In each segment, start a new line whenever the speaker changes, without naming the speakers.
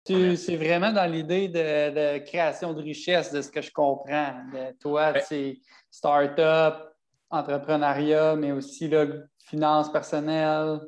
C'est vraiment dans l'idée de création de richesse, de ce que je comprends. De toi, c'est start-up, entrepreneuriat, mais aussi là, finances personnelles.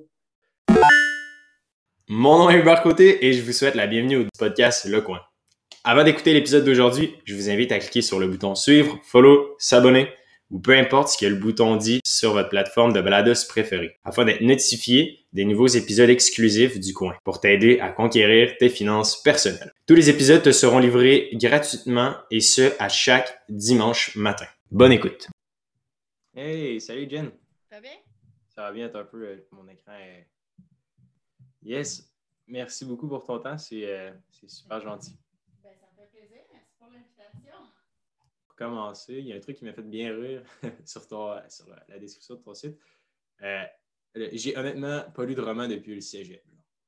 Mon nom est Hubert Côté et je vous souhaite la bienvenue au podcast Le Coin. Avant d'écouter l'épisode d'aujourd'hui, je vous invite à cliquer sur le bouton suivre, follow, s'abonner ou peu importe ce que le bouton dit sur votre plateforme de balados préférée afin d'être notifié des nouveaux épisodes exclusifs du Coin pour t'aider à conquérir tes finances personnelles. Tous les épisodes te seront livrés gratuitement et ce à chaque dimanche matin. Bonne écoute! Hey, salut Jen!
Ça va bien?
Ça va bien, t'as un peu mon écran est... Yes, merci beaucoup pour ton temps, c'est super gentil.
Ben, ça me fait plaisir. Merci pour l'invitation.
Pour commencer, il y a un truc qui m'a fait bien rire sur la description de ton site. J'ai honnêtement pas lu de roman depuis le cégep.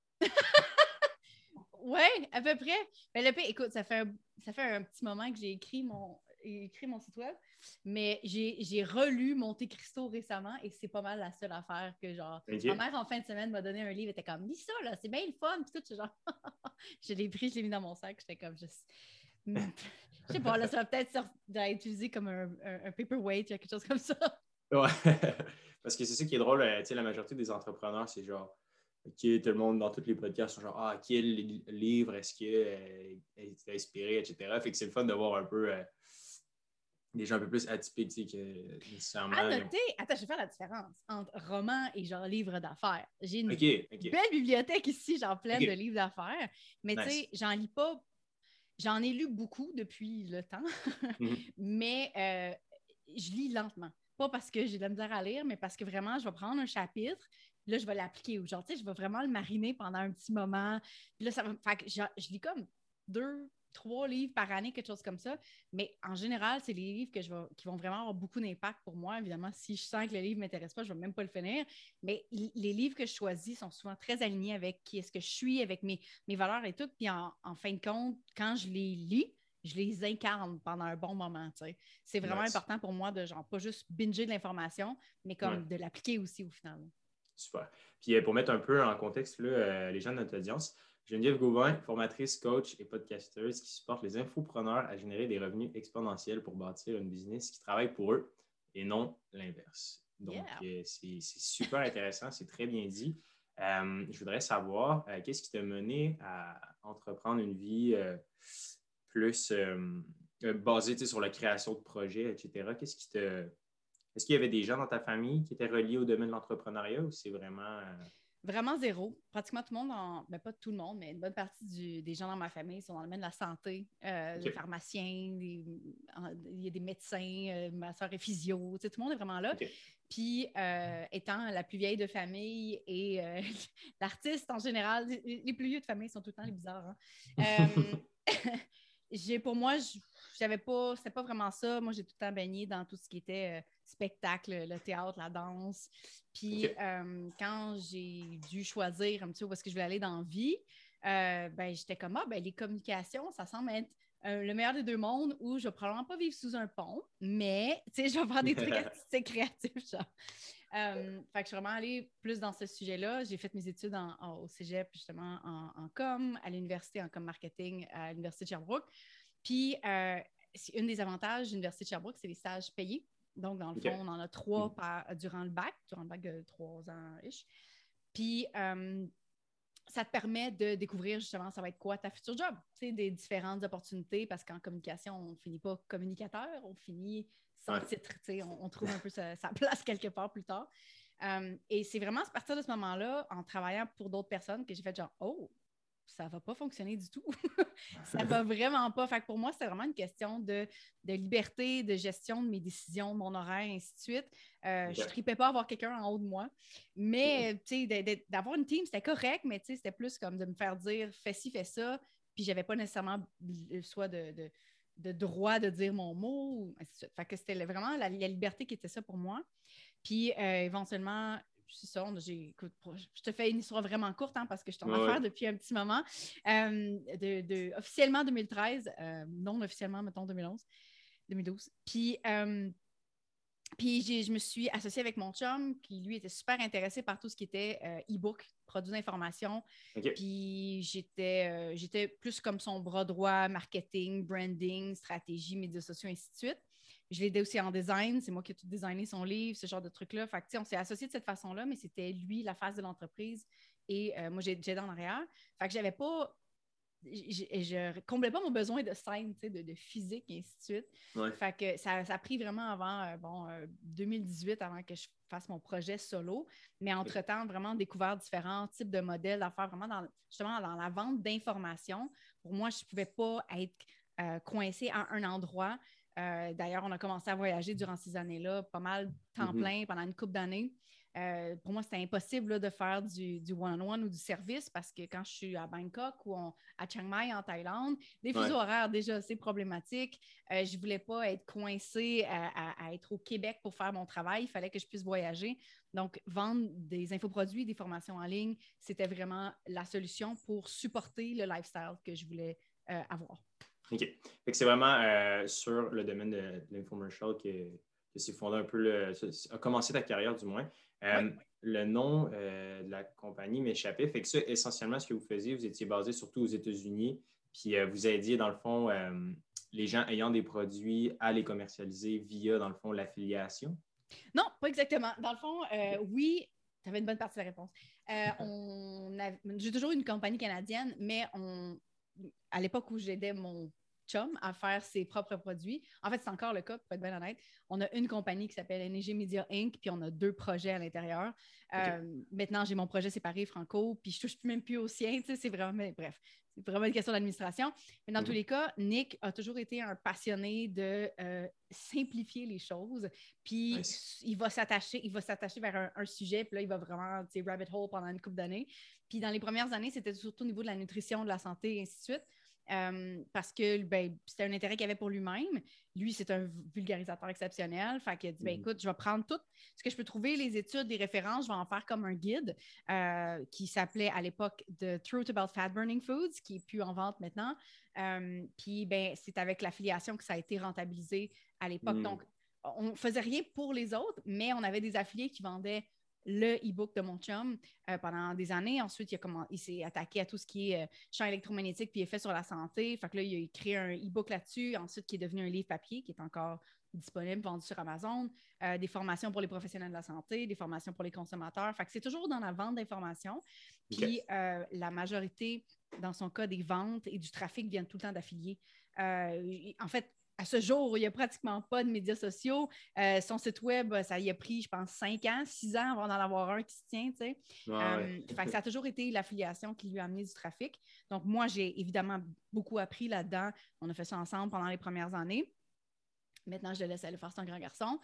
Oui, à peu près. Ben, écoute, ça fait un petit moment que j'ai écrit mon site web, mais j'ai relu Monte Cristo récemment et c'est pas mal la seule affaire que genre. Okay. Ma mère en fin de semaine m'a donné un livre, elle était comme lis ça là, c'est bien le fun, puis tout, genre. Je l'ai pris, je l'ai mis dans mon sac, j'étais comme juste. Je sais pas, là, ça va peut-être être utilisé comme un paperweight, quelque chose comme ça.
Ouais, parce que c'est ça qui est drôle, tu sais, la majorité des entrepreneurs, c'est genre, OK, tout le monde dans tous les podcasts sont genre, quel livre est-ce que est inspiré, etc. Fait que c'est le fun de voir un peu des gens un peu plus atypiques, tu sais, que nécessairement.
À noter, attends, je vais faire la différence entre roman et genre livre d'affaires. J'ai une
belle
bibliothèque ici, genre pleine de livres d'affaires, mais tu sais, j'en lis pas. J'en ai lu beaucoup depuis le temps, mais je lis lentement. Pas parce que j'ai de la misère à lire, mais parce que vraiment, je vais prendre un chapitre, là, je vais l'appliquer. Ou genre, tu sais, je vais vraiment le mariner pendant un petit moment. Puis là, ça va. Fait que je lis comme 2-3 livres par année, quelque chose comme ça. Mais en général, c'est les livres qui vont vraiment avoir beaucoup d'impact pour moi. Évidemment, si je sens que le livre ne m'intéresse pas, je ne vais même pas le finir. Mais les livres que je choisis sont souvent très alignés avec qui est-ce que je suis, avec mes valeurs et tout. Puis en fin de compte, quand je les lis, je les incarne pendant un bon moment. T'sais. C'est vraiment important pour moi de genre pas juste binger de l'information, mais comme de l'appliquer aussi au final.
Super. Puis pour mettre un peu en contexte là, les gens de notre audience, Geneviève Gauvin, formatrice, coach et podcasteuse qui supporte les infopreneurs à générer des revenus exponentiels pour bâtir une business qui travaille pour eux et non l'inverse. Donc, c'est super intéressant, c'est très bien dit. Je voudrais savoir, qu'est-ce qui t'a mené à entreprendre une vie plus basée sur la création de projets, etc. Est-ce qu'il y avait des gens dans ta famille qui étaient reliés au domaine de l'entrepreneuriat ou c'est vraiment...
Vraiment zéro. Pratiquement tout le monde, ben pas tout le monde, mais une bonne partie des gens dans ma famille sont dans le domaine de la santé. Les pharmaciens, il y a des médecins, ma soeur est physio, tout le monde est vraiment là. Okay. Puis, étant la plus vieille de famille et l'artiste en général, les plus vieux de famille sont tout le temps les bizarres. Hein? Pour moi, c'était pas vraiment ça. Moi, j'ai tout le temps baigné dans tout ce qui était spectacle, le théâtre, la danse. Puis, quand j'ai dû choisir un petit peu où est-ce que je voulais aller dans la vie, j'étais comme, les communications, ça semble être le meilleur des deux mondes où je vais probablement pas vivre sous un pont, mais, tu sais, je vais faire des trucs artistiques créatifs, genre. Fait que je suis vraiment allée plus dans ce sujet-là. J'ai fait mes études au cégep, justement, en com, à l'université en com marketing, à l'université de Sherbrooke. Puis, un des avantages de l'université de Sherbrooke, c'est les stages payés. Donc, dans le fond, on en a 3 durant le bac de 3 ans-ish. Puis, ça te permet de découvrir justement ça va être quoi ta future job, tu sais, des différentes opportunités, parce qu'en communication, on ne finit pas communicateur, on finit sans titre, tu sais, on trouve un peu sa place quelque part plus tard. Et c'est vraiment à partir de ce moment-là, en travaillant pour d'autres personnes, que j'ai fait genre, ça va pas fonctionner du tout. Ça va vraiment pas. Fait que pour moi, c'est vraiment une question de liberté, de gestion de mes décisions, de mon horaire, et ainsi de suite. Je tripais pas avoir quelqu'un en haut de moi. Mais, tu sais, d'avoir une team, c'était correct, mais tu sais, c'était plus comme de me faire dire « fais ci, fais ça », puis j'avais pas nécessairement le choix de droit de dire mon mot, ou ainsi de suite. Fait que c'était vraiment la liberté qui était ça pour moi. Puis, éventuellement... C'est ça, écoute, je te fais une histoire vraiment courte parce que je suis en affaire depuis un petit moment. Officiellement 2013, non officiellement, mettons 2012. Puis Puis je me suis associée avec mon chum, qui lui était super intéressé par tout ce qui était e-book, produits d'information.
OK.
Puis j'étais plus comme son bras droit, marketing, branding, stratégie, médias sociaux, ainsi de suite. Je l'ai aidé aussi en design. C'est moi qui ai tout designé son livre, ce genre de trucs-là. Fait que, on s'est associés de cette façon-là, mais c'était lui la face de l'entreprise et moi, j'étais en arrière. Fait que j'avais pas je comblais pas mon besoin de scène, de physique, et ainsi de suite.
Ouais.
Fait que ça a pris vraiment avant 2018, avant que je fasse mon projet solo. Mais entre-temps, vraiment découvert différents types de modèles d'affaires, vraiment justement dans la vente d'informations. Pour moi, je ne pouvais pas être coincée à un endroit. D'ailleurs, on a commencé à voyager durant ces années-là, pas mal temps plein pendant une couple d'années. Pour moi, c'était impossible là, de faire du one-on-one ou du service parce que quand je suis à Bangkok ou à Chiang Mai en Thaïlande, les fuseaux horaires déjà assez problématiques. Je ne voulais pas être coincée à être au Québec pour faire mon travail. Il fallait que je puisse voyager. Donc, vendre des infoproduits, des formations en ligne, c'était vraiment la solution pour supporter le lifestyle que je voulais avoir.
OK. Fait que c'est vraiment sur le domaine de l'infomercial que c'est fondé un peu, a commencé ta carrière du moins.
Oui.
Le nom de la compagnie m'échappait. Fait que ça, essentiellement, ce que vous faisiez, vous étiez basé surtout aux États-Unis, puis vous aidiez, dans le fond, les gens ayant des produits à les commercialiser via, dans le fond, l'affiliation?
Non, pas exactement. Dans le fond, oui, tu avais une bonne partie de la réponse. J'ai toujours eu une compagnie canadienne, mais à l'époque où j'aidais mon chum à faire ses propres produits. En fait, c'est encore le cas, pour être bien honnête. On a une compagnie qui s'appelle NG Media Inc., puis on a 2 projets à l'intérieur. Maintenant, j'ai mon projet séparé, Franco, puis je touche même plus au sien. C'est vraiment, bref, c'est vraiment une question d'administration. Mais dans tous les cas, Nick a toujours été un passionné de simplifier les choses. Puis il va s'attacher vers un sujet, puis là, il va vraiment rabbit hole pendant une couple d'années. Puis dans les premières années, c'était surtout au niveau de la nutrition, de la santé, et ainsi de suite. Parce que c'était un intérêt qu'il avait pour lui-même. Lui, c'est un vulgarisateur exceptionnel. Fait qu'il a dit, écoute, je vais prendre tout ce que je peux trouver, les études, les références, je vais en faire comme un guide qui s'appelait à l'époque The Truth About Fat Burning Foods, qui n'est plus en vente maintenant. Puis, c'est avec l'affiliation que ça a été rentabilisé à l'époque. Donc, on ne faisait rien pour les autres, mais on avait des affiliés qui vendaient le e-book de mon chum pendant des années. Ensuite, il s'est attaqué à tout ce qui est champ électromagnétique puis effet sur la santé. Fait que là, il a créé un e-book là-dessus. Ensuite, qui est devenu un livre papier qui est encore disponible, vendu sur Amazon. Des formations pour les professionnels de la santé, des formations pour les consommateurs. Fait que c'est toujours dans la vente d'informations. Puis la majorité, dans son cas, des ventes et du trafic viennent tout le temps d'affiliés. En fait, à ce jour, il n'y a pratiquement pas de médias sociaux. Son site web, ça y a pris, je pense, 5 ans, 6 ans avant d'en avoir un qui se tient. Fait que ça a toujours été l'affiliation qui lui a amené du trafic. Donc, moi, j'ai évidemment beaucoup appris là-dedans. On a fait ça ensemble pendant les premières années. Maintenant, je le laisse aller faire son grand garçon.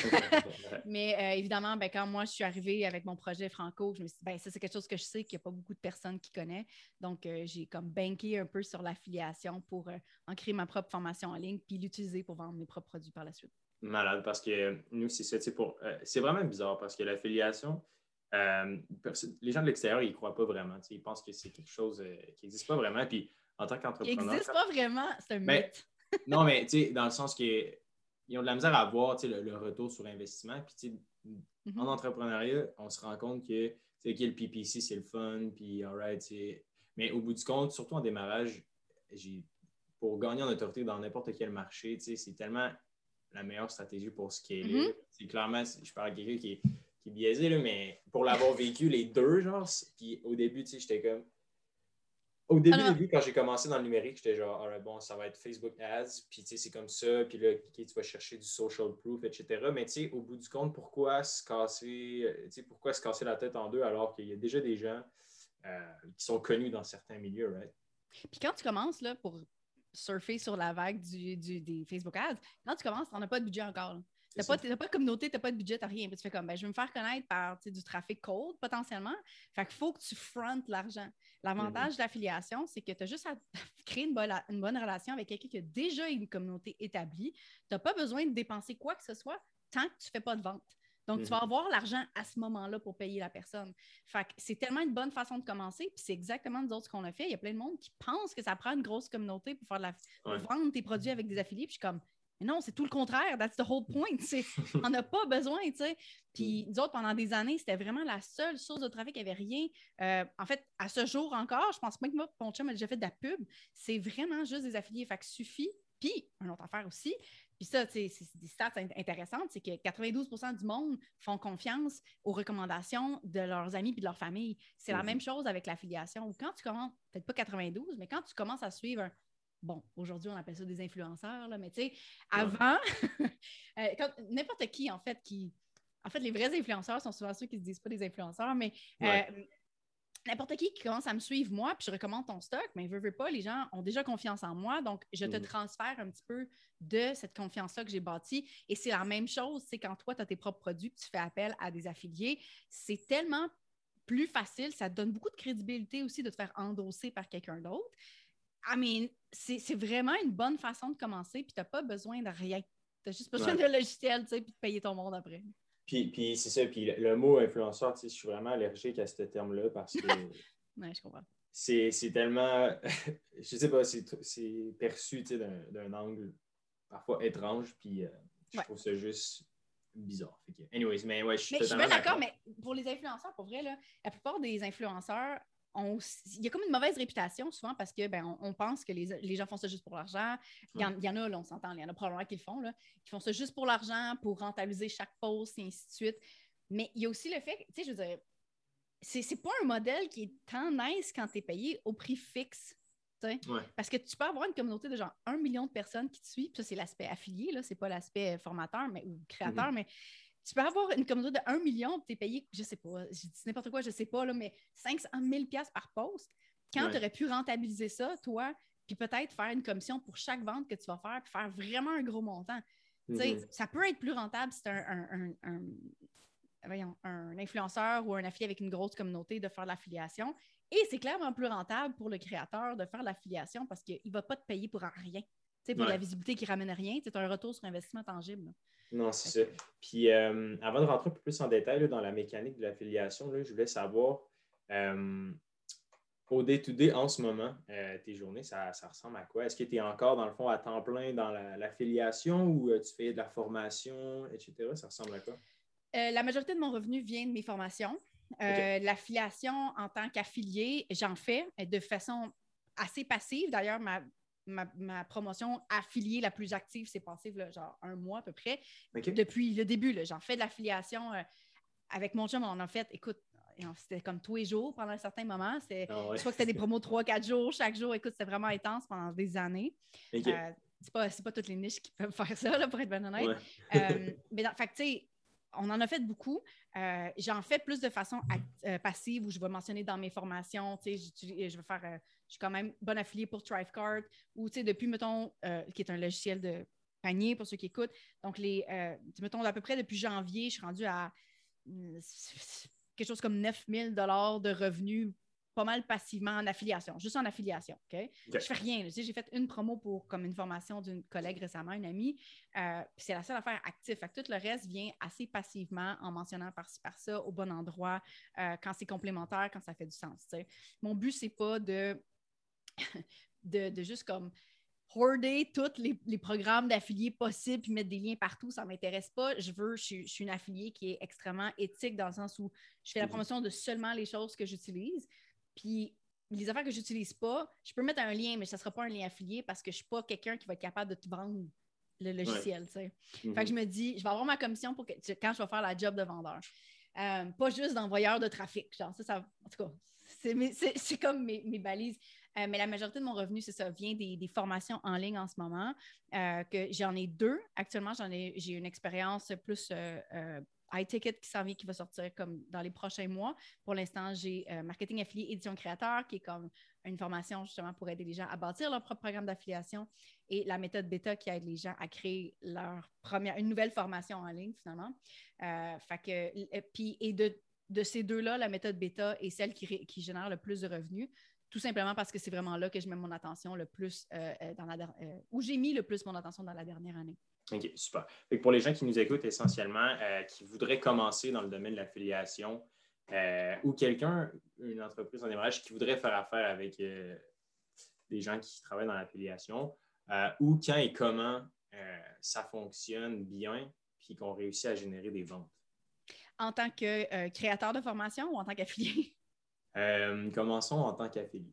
Mais évidemment, quand moi, je suis arrivée avec mon projet Franco, je me suis dit, ça, c'est quelque chose que je sais qu'il n'y a pas beaucoup de personnes qui connaissent. Donc, j'ai comme banké un peu sur l'affiliation pour en créer ma propre formation en ligne puis l'utiliser pour vendre mes propres produits par la suite.
Malade, parce que nous, c'est ça. C'est vraiment bizarre parce que l'affiliation, les gens de l'extérieur, ils ne croient pas vraiment. Ils pensent que c'est quelque chose qui n'existe pas vraiment. Puis, en tant qu'entrepreneur...
Qui n'existe pas vraiment, c'est un mythe.
Non, mais dans le sens que ils ont de la misère à voir le retour sur investissement. Puis, en entrepreneuriat, on se rend compte que le PPC, c'est le fun. Puis, all right, mais au bout du compte, surtout en démarrage, pour gagner en autorité dans n'importe quel marché, c'est tellement la meilleure stratégie pour scaler. C'est clairement, je parle à quelqu'un qui est biaisé, là, mais pour l'avoir vécu les deux, genre, puis au début, j'étais comme... Au début, quand j'ai commencé dans le numérique, j'étais genre, right, bon, ça va être Facebook Ads, puis c'est comme ça, puis là, tu vas chercher du social proof, etc. Mais au bout du compte, pourquoi se casser la tête en deux alors qu'il y a déjà des gens qui sont connus dans certains milieux, right?
Puis quand tu commences là, pour surfer sur la vague des Facebook Ads, quand tu commences, tu n'en as pas de budget encore. Tu n'as pas de communauté, tu n'as pas de budget, tu n'as rien. Puis tu fais comme, je vais me faire connaître par du trafic cold potentiellement. Fait qu'il faut que tu frontes l'argent. L'avantage de l'affiliation, c'est que tu as juste à créer une bonne relation avec quelqu'un qui a déjà une communauté établie. Tu n'as pas besoin de dépenser quoi que ce soit tant que tu ne fais pas de vente. Donc, tu vas avoir l'argent à ce moment-là pour payer la personne. Fait que c'est tellement une bonne façon de commencer. Puis c'est exactement nous autres ce qu'on a fait. Il y a plein de monde qui pense que ça prend une grosse communauté pour vendre tes produits avec des affiliés. Puis je suis comme, Mais non, c'est tout le contraire. That's the whole point. On n'a pas besoin, tu sais. Puis nous autres, pendant des années, c'était vraiment la seule source de trafic. Il n'y avait rien. En fait, à ce jour encore, je pense pas que moi, mon chum a déjà fait de la pub. C'est vraiment juste des affiliés. Fait que suffit. Puis, une autre affaire aussi, puis ça, c'est des stats intéressantes, c'est que 92% du monde font confiance aux recommandations de leurs amis et de leur famille. C'est la même chose avec l'affiliation. Quand tu commences, peut-être pas 92, mais quand tu commences à suivre bon, aujourd'hui, on appelle ça des influenceurs, là, mais tu sais, avant, n'importe qui, en fait, les vrais influenceurs sont souvent ceux qui ne se disent pas des influenceurs, mais n'importe qui commence à me suivre, moi, puis je recommande ton stock, mais veux pas, les gens ont déjà confiance en moi, donc je te transfère un petit peu de cette confiance-là que j'ai bâtie. Et c'est la même chose, c'est quand toi, tu as tes propres produits, puis tu fais appel à des affiliés, c'est tellement plus facile, ça te donne beaucoup de crédibilité aussi de te faire endosser par quelqu'un d'autre. I mean, c'est vraiment une bonne façon de commencer, puis tu n'as pas besoin de rien. Tu as juste besoin de logiciel, tu sais, puis de payer ton monde après.
Puis c'est ça, puis le mot influenceur, tu sais, je suis vraiment allergique à ce terme-là parce que
ouais, je comprends.
C'est tellement, je sais pas, c'est perçu, tu sais, d'un angle parfois étrange, puis je trouve ça juste bizarre. Fait que, anyways, mais ouais, je suis totalement
d'accord, mais pour les influenceurs, pour vrai, là, la plupart des influenceurs, il y a comme une mauvaise réputation souvent parce que on pense que les gens font ça juste pour l'argent. Il y en a, là, on s'entend, il y en a probablement qui le font, là, qui font ça juste pour l'argent, pour rentabiliser chaque post, et ainsi de suite. Mais il y a aussi le fait, tu sais, je veux dire, c'est pas un modèle qui est tant nice quand tu es payé au prix fixe. Parce que tu peux avoir une communauté de genre 1 million de personnes qui te suivent. Ça, c'est l'aspect affilié, là, c'est pas l'aspect formateur ou créateur, mais tu peux avoir une communauté de 1 million et tu es payé, je sais pas, je dis n'importe quoi, je sais pas, là, mais 500 000 $ par post. Quand tu aurais pu rentabiliser ça, toi, puis peut-être faire une commission pour chaque vente que tu vas faire, puis faire vraiment un gros montant. Ça peut être plus rentable si tu as un influenceur ou un affilié avec une grosse communauté de faire de l'affiliation. Et c'est clairement plus rentable pour le créateur de faire de l'affiliation parce qu'il ne va pas te payer pour rien. Pour la visibilité qui ne ramène rien, tu as un retour sur investissement tangible. Là.
Non, c'est ça. Puis, avant de rentrer un peu plus en détail là, dans la mécanique de l'affiliation, là, je voulais savoir, au day-to-day en ce moment, tes journées, ça ressemble à quoi? Est-ce que tu es encore, dans le fond, à temps plein dans l'affiliation ou tu fais de la formation, etc.? Ça ressemble à quoi?
La majorité de mon revenu vient de mes formations. L'affiliation en tant qu'affilié, j'en fais de façon assez passive. D'ailleurs, ma promotion affiliée la plus active s'est passée genre 1 mois à peu près. Depuis le début, là, j'en fais de l'affiliation avec mon chum. On en fait, écoute, c'était comme tous les jours pendant un certain moment. Je crois que c'était des promos 3-4 jours chaque jour. Écoute, c'était vraiment intense pendant des années. C'est pas toutes les niches qui peuvent faire ça, là, pour être bien honnête. Mais fait que, tu sais, on en a fait beaucoup. J'en fais plus de façon passive où je vais mentionner dans mes formations, tu sais, je suis quand même bonne affiliée pour Thrivecart ou, tu sais, depuis, mettons, qui est un logiciel de panier pour ceux qui écoutent. Donc, mettons, à peu près depuis janvier, je suis rendue à quelque chose comme 9 000 $ de revenus pas mal passivement en affiliation, juste en affiliation. Okay? Je fais rien. Tu sais, j'ai fait une promo pour comme une formation d'une collègue récemment, une amie. Puis c'est la seule affaire active. Fait que tout le reste vient assez passivement en mentionnant par-ci, par-ça, au bon endroit, quand c'est complémentaire, quand ça fait du sens. Tu sais. Mon but, c'est pas de juste comme hoarder tous les programmes d'affiliés possibles puis mettre des liens partout, ça ne m'intéresse pas. Je suis une affiliée qui est extrêmement éthique dans le sens où je fais la promotion de seulement les choses que j'utilise. Puis les affaires que je n'utilise pas, je peux mettre un lien, mais ça ne sera pas un lien affilié parce que je ne suis pas quelqu'un qui va être capable de te vendre le logiciel. Fait que je me dis, je vais avoir ma commission pour quand je vais faire la job de vendeur. Pas juste d'envoyeur de trafic. Genre, ça, en tout cas, c'est comme mes balises. Mais la majorité de mon revenu, c'est ça, vient des formations en ligne en ce moment. Que j'en ai 2. Actuellement, j'ai une expérience plus iTicket qui s'en vient, qui va sortir comme dans les prochains mois. Pour l'instant, j'ai Marketing affilié édition créateur, qui est comme une formation justement pour aider les gens à bâtir leur propre programme d'affiliation, et la méthode bêta qui aide les gens à créer une nouvelle formation en ligne finalement. Et de ces deux-là, la méthode bêta est celle qui génère le plus de revenus. Tout simplement parce que c'est vraiment là que je mets mon attention le plus, où j'ai mis le plus mon attention dans la dernière année.
OK, super. Fait que pour les gens qui nous écoutent essentiellement, qui voudraient commencer dans le domaine de l'affiliation, ou une entreprise en démarrage qui voudrait faire affaire avec des gens qui travaillent dans l'affiliation, où, quand et comment ça fonctionne bien puis qu'on réussit à générer des ventes?
En tant que créateur de formation ou en tant qu'affilié?
Commençons en tant qu'affilié.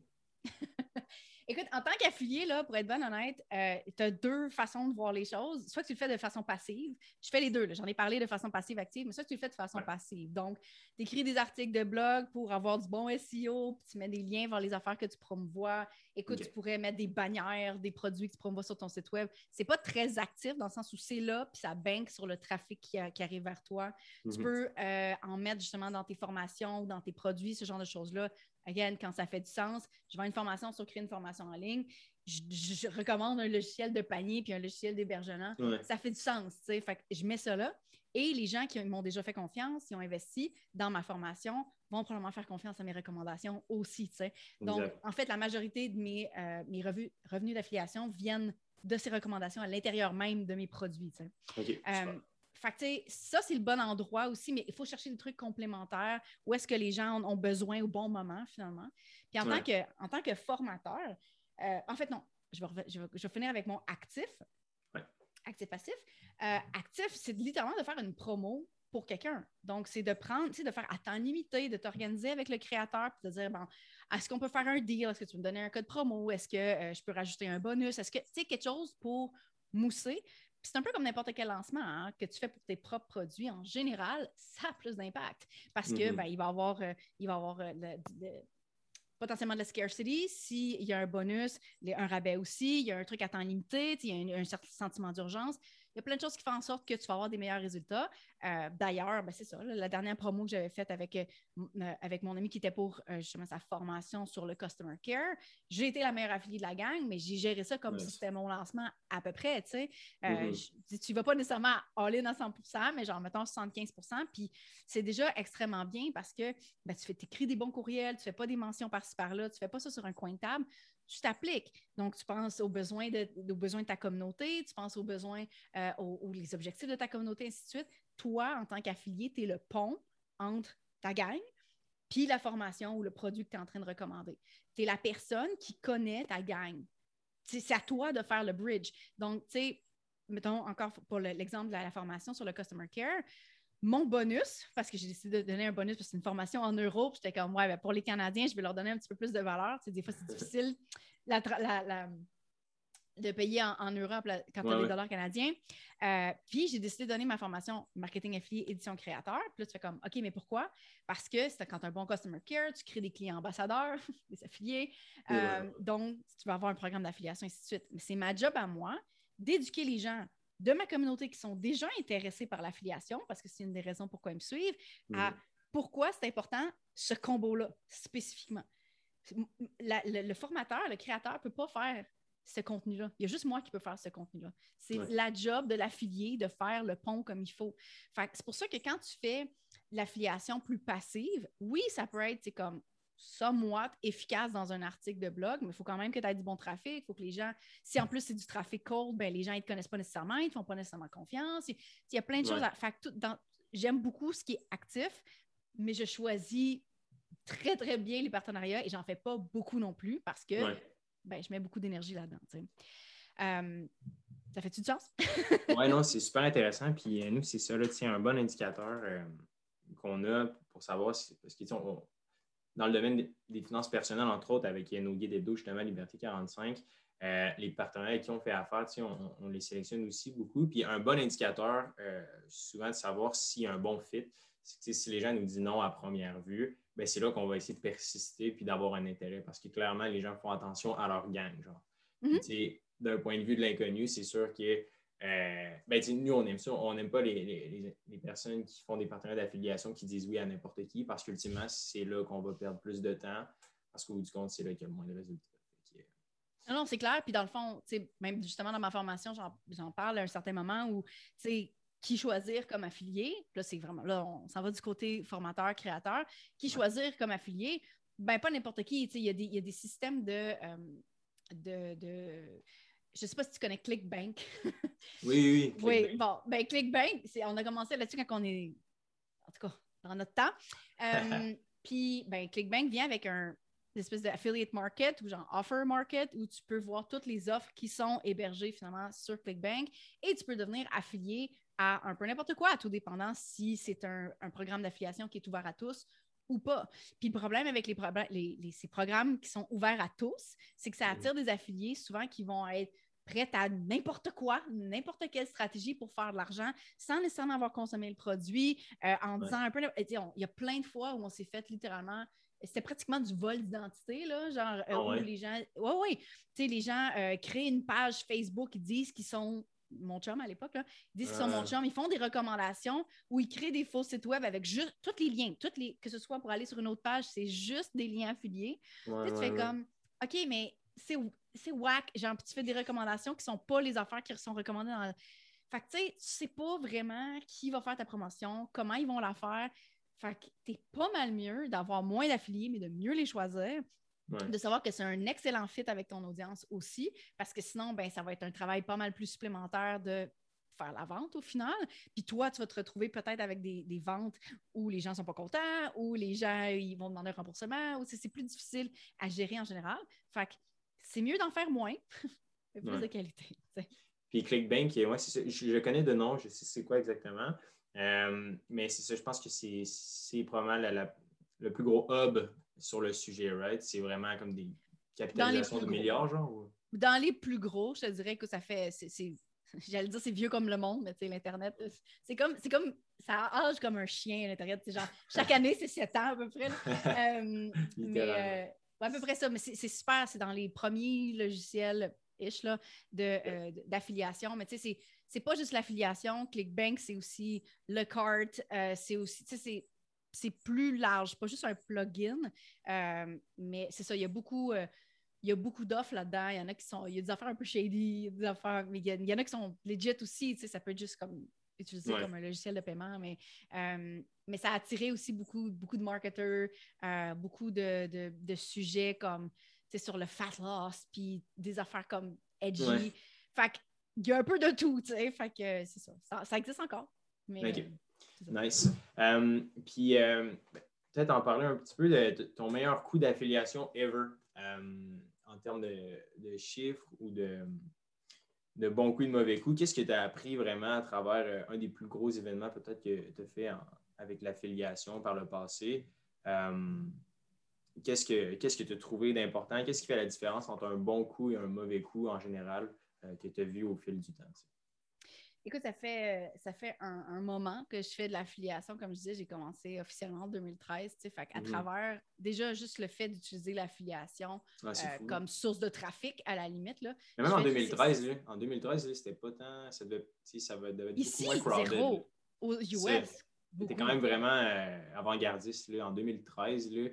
Écoute, en tant qu'affilié, là, pour être bonne honnête, tu as deux façons de voir les choses. Soit que tu le fais de façon passive. Je fais les deux. J'en ai parlé de façon passive-active, mais soit que tu le fais de façon passive. Donc, tu écris des articles de blog pour avoir du bon SEO, puis tu mets des liens vers les affaires que tu promouvois. Écoute, tu pourrais mettre des bannières, des produits que tu promouvois sur ton site web. C'est pas très actif dans le sens où c'est là, puis ça banque sur le trafic qui arrive vers toi. Tu peux en mettre justement dans tes formations ou dans tes produits, ce genre de choses-là. Again, quand ça fait du sens, je vends une formation sur créer une formation en ligne, je recommande un logiciel de panier puis un logiciel d'hébergement. Ouais. Ça fait du sens, tu sais. Fait que je mets ça là. Et les gens qui m'ont déjà fait confiance, qui ont investi dans ma formation, vont probablement faire confiance à mes recommandations aussi, tu sais. Donc, en fait, la majorité de mes revenus d'affiliation viennent de ces recommandations à l'intérieur même de mes produits, tu sais.
OK.
Fait que, tu sais, ça, c'est le bon endroit aussi, mais il faut chercher des trucs complémentaires où est-ce que les gens ont besoin au bon moment, finalement. Puis en tant que formateur, en fait, non, je vais finir avec mon actif.
Ouais.
Actif-passif. Actif, c'est littéralement de faire une promo pour quelqu'un. Donc, c'est de prendre, tu sais, de faire à temps limité, de t'organiser avec le créateur, puis de dire, bon, est-ce qu'on peut faire un deal? Est-ce que tu peux me donner un code promo? Est-ce que je peux rajouter un bonus? Est-ce que, tu sais, quelque chose pour mousser? Puis c'est un peu comme n'importe quel lancement hein, que tu fais pour tes propres produits. En général, ça a plus d'impact parce que il va y avoir potentiellement de la scarcity. S'il y a un bonus, un rabais aussi, il y a un truc à temps limité, il y a un certain sentiment d'urgence. Il y a plein de choses qui font en sorte que tu vas avoir des meilleurs résultats. D'ailleurs, c'est ça, la dernière promo que j'avais faite avec mon ami qui était pour justement sa formation sur le Customer Care, j'ai été la meilleure affiliée de la gang, mais j'ai géré ça comme si c'était mon lancement à peu près. Tu ne vas pas nécessairement all-in à 100%, mais genre, mettons 75%. Puis c'est déjà extrêmement bien parce que tu écris des bons courriels, tu ne fais pas des mentions par-ci par-là, tu ne fais pas ça sur un coin de table. Tu t'appliques. Donc, tu penses aux besoins de ta communauté, tu penses aux besoins, aux les objectifs de ta communauté, ainsi de suite. Toi, en tant qu'affilié, tu es le pont entre ta gang puis la formation ou le produit que tu es en train de recommander. Tu es la personne qui connaît ta gang. C'est à toi de faire le bridge. Donc, tu sais, mettons encore pour l'exemple de la formation sur le Customer Care, mon bonus, parce que j'ai décidé de donner un bonus parce que c'est une formation en euros, puis j'étais comme, ouais, pour les Canadiens, je vais leur donner un petit peu plus de valeur. Tu sais, des fois, c'est difficile de payer en Europe quand tu as des dollars canadiens. Puis, j'ai décidé de donner ma formation marketing affilié, édition créateur. Puis là, tu fais comme, OK, mais pourquoi? Parce que quand tu as un bon customer care, tu crées des clients ambassadeurs, des affiliés. Donc, tu vas avoir un programme d'affiliation, ainsi de suite. Mais c'est ma job à moi d'éduquer les gens de ma communauté qui sont déjà intéressés par l'affiliation, parce que c'est une des raisons pourquoi ils me suivent, à pourquoi c'est important ce combo-là, spécifiquement. Le formateur, le créateur ne peut pas faire ce contenu-là. Il y a juste moi qui peux faire ce contenu-là. C'est la job de l'affilié de faire le pont comme il faut. C'est pour ça que quand tu fais l'affiliation plus passive, oui, ça peut être comme somewhat efficace dans un article de blog, mais il faut quand même que tu aies du bon trafic. Il faut que les gens, si en plus c'est du trafic cold, ben, les gens ne te connaissent pas nécessairement, ils ne te font pas nécessairement confiance. Il y a plein de choses à faire. J'aime beaucoup ce qui est actif, mais je choisis très, très bien les partenariats et j'en fais pas beaucoup non plus parce que je mets beaucoup d'énergie là-dedans. Ça fait-tu du sens?
Oui, non, c'est super intéressant. Puis nous, c'est ça, là, un bon indicateur qu'on a pour savoir si, parce que dans le domaine des finances personnelles, entre autres, avec nos guides hebdo, justement, Liberté 45, les partenaires avec qui on fait affaire, on les sélectionne aussi beaucoup. Puis un bon indicateur, souvent, de savoir s'il y a un bon fit, c'est que si les gens nous disent non à première vue, bien, c'est là qu'on va essayer de persister puis d'avoir un intérêt parce que clairement, les gens font attention à leur gang. Genre. Puis, d'un point de vue de l'inconnu, c'est sûr que nous, on aime ça. On n'aime pas les personnes qui font des partenariats d'affiliation qui disent oui à n'importe qui parce qu'ultimement, c'est là qu'on va perdre plus de temps parce qu'au bout du compte, c'est là qu'il y a le moins de résultats.
Non, c'est clair. Puis dans le fond, même justement dans ma formation, j'en parle à un certain moment où qui choisir comme affilié. Là, c'est vraiment, là, on s'en va du côté formateur, créateur. Qui choisir comme affilié? Ben, pas n'importe qui. Il y a des systèmes de je ne sais pas si tu connais ClickBank.
Oui.
Oui, bon, ben ClickBank, on a commencé là-dessus quand on est, en tout cas, dans notre temps. Puis, ben ClickBank vient avec espèces d'affiliate market ou genre offer market où tu peux voir toutes les offres qui sont hébergées finalement sur ClickBank et tu peux devenir affilié à un peu n'importe quoi, tout dépendant si c'est un programme d'affiliation qui est ouvert à tous ou pas. Puis le problème avec ces programmes qui sont ouverts à tous, c'est que ça attire des affiliés souvent qui vont être prêts à n'importe quoi, n'importe quelle stratégie pour faire de l'argent sans nécessairement avoir consommé le produit, en disant un peu... Il y a plein de fois où on s'est fait littéralement... C'était pratiquement du vol d'identité, là, genre où les gens... Oui, tu sais, les gens créent une page Facebook, ils disent qu'ils sont mon chum à l'époque, là, ils disent qu'ils sont mon chum, ils font des recommandations où ils créent des faux sites web avec juste tous les liens, que ce soit pour aller sur une autre page, c'est juste des liens affiliés. Tu fais comme, OK, mais c'est whack, genre, tu fais des recommandations qui ne sont pas les affaires qui sont recommandées dans... Fait que tu sais pas vraiment qui va faire ta promotion, comment ils vont la faire. Fait que t'es pas mal mieux d'avoir moins d'affiliés, mais de mieux les choisir. De savoir que c'est un excellent fit avec ton audience aussi, parce que sinon, ben, ça va être un travail pas mal plus supplémentaire de faire la vente au final. Puis toi, tu vas te retrouver peut-être avec des ventes où les gens ne sont pas contents, où les gens ils vont demander un remboursement, où c'est plus difficile à gérer en général. Fait que c'est mieux d'en faire moins, mais plus de qualité. T'sais.
Puis ClickBank, ouais, c'est ça. Je connais de nom, je sais c'est quoi exactement. Mais c'est ça, je pense que c'est probablement le plus gros hub sur le sujet, right? C'est vraiment comme des capitalisations de milliards, genre? Ou...
Dans les plus gros, je te dirais que ça fait... J'allais dire c'est vieux comme le monde, mais tu sais, l'Internet, c'est comme ça âge comme un chien, l'Internet. Genre, chaque année, c'est 7 ans à peu près. Mais à peu près ça, mais c'est super, c'est dans les premiers logiciels là, d'affiliation. Mais tu sais, c'est pas juste l'affiliation. ClickBank, c'est aussi le cart, c'est aussi, tu sais, c'est plus large, pas juste un plugin, mais c'est ça, il y a beaucoup d'offres là-dedans. Il y a des affaires un peu shady, des affaires, mais il y en a qui sont legit aussi. Tu sais, ça peut être juste comme utilisé comme un logiciel de paiement, mais ça a attiré aussi beaucoup de marketeurs, beaucoup de sujets comme sur le fat loss, puis des affaires comme edgy. Fait qu'il y a un peu de tout, tu sais. Fait que c'est ça. Ça existe encore. Mais,
OK. Nice. Puis peut-être en parler un petit peu de ton meilleur coup d'affiliation ever. En termes de chiffres ou de bons coups et de mauvais coups, qu'est-ce que tu as appris vraiment à travers un des plus gros événements peut-être que tu as fait avec l'affiliation par le passé? Qu'est-ce que tu as trouvé d'important? Qu'est-ce qui fait la différence entre un bon coup et un mauvais coup en général que tu as vu au fil du temps?
Écoute, ça fait un moment que je fais de l'affiliation. Comme je disais, j'ai commencé officiellement en 2013. Fait qu'à travers, déjà, juste le fait d'utiliser l'affiliation comme source de trafic, à la limite. Là,
mais même en 2013, c'était pas tant... Ça devait être
ici,
beaucoup moins crowded.
Zéro. Aux US,
c'était quand même vraiment avant-gardiste. Là. En 2013, là,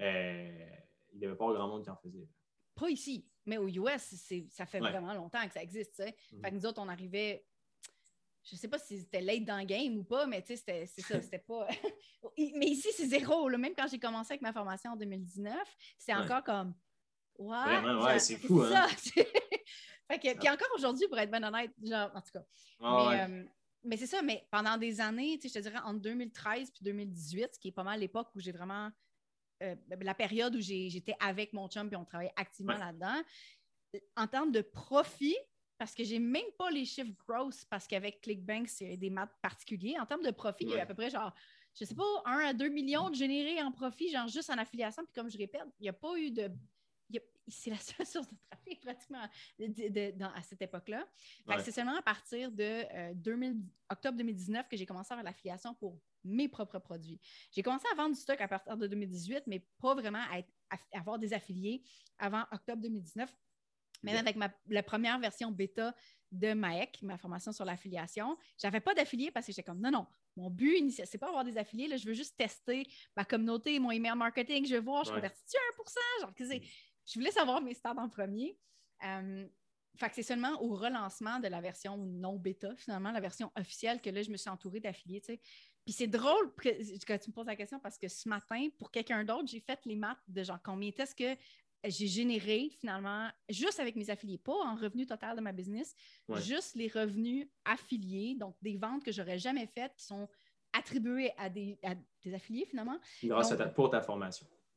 il n'y avait pas grand monde qui en faisait.
Pas ici, mais aux US, ça fait vraiment longtemps que ça existe. Fait que nous autres, on arrivait... Je ne sais pas si c'était late dans le game ou pas, mais tu sais, c'est ça, c'était pas... mais ici, c'est zéro. Là. Même quand j'ai commencé avec ma formation en 2019, c'est encore comme... What?
Vraiment, c'est fou, hein?
Fait que, puis encore aujourd'hui, pour être bien honnête, genre, en tout cas. Mais c'est ça, mais pendant des années, tu sais, je te dirais entre 2013 et 2018, ce qui est pas mal l'époque où j'ai vraiment... la période où j'étais avec mon chum puis on travaillait activement là-dedans. En termes de profit, parce que j'ai même pas les chiffres grosses, parce qu'avec ClickBank, c'est des maths particuliers. En termes de profit, il y a à peu près genre, je sais pas, 1 à 2 millions de générés en profit, genre juste en affiliation. Puis comme je répète, il n'y a pas eu de... c'est la seule source de trafic pratiquement à cette époque-là. Fait que c'est seulement à partir de octobre 2019 que j'ai commencé à faire l'affiliation pour mes propres produits. J'ai commencé à vendre du stock à partir de 2018, mais pas vraiment à avoir des affiliés avant octobre 2019. Même avec la première version bêta de MAEC, ma formation sur l'affiliation, je n'avais pas d'affiliés parce que j'étais comme non, mon but initial, c'est pas avoir des affiliés, là, je veux juste tester ma communauté, mon email marketing, je veux voir, je convertis-tu 1%, genre, je voulais savoir mes stats en premier. Fait que c'est seulement au relancement de la version non bêta, finalement, la version officielle, que là, je me suis entourée d'affiliés, tu sais. Puis c'est drôle que tu me poses la question parce que ce matin, pour quelqu'un d'autre, j'ai fait les maths de genre combien est-ce que j'ai généré finalement, juste avec mes affiliés, pas en revenu total de ma business, juste les revenus affiliés, donc des ventes que j'aurais jamais faites qui sont attribuées à des affiliés finalement.
Grâce pour ta formation.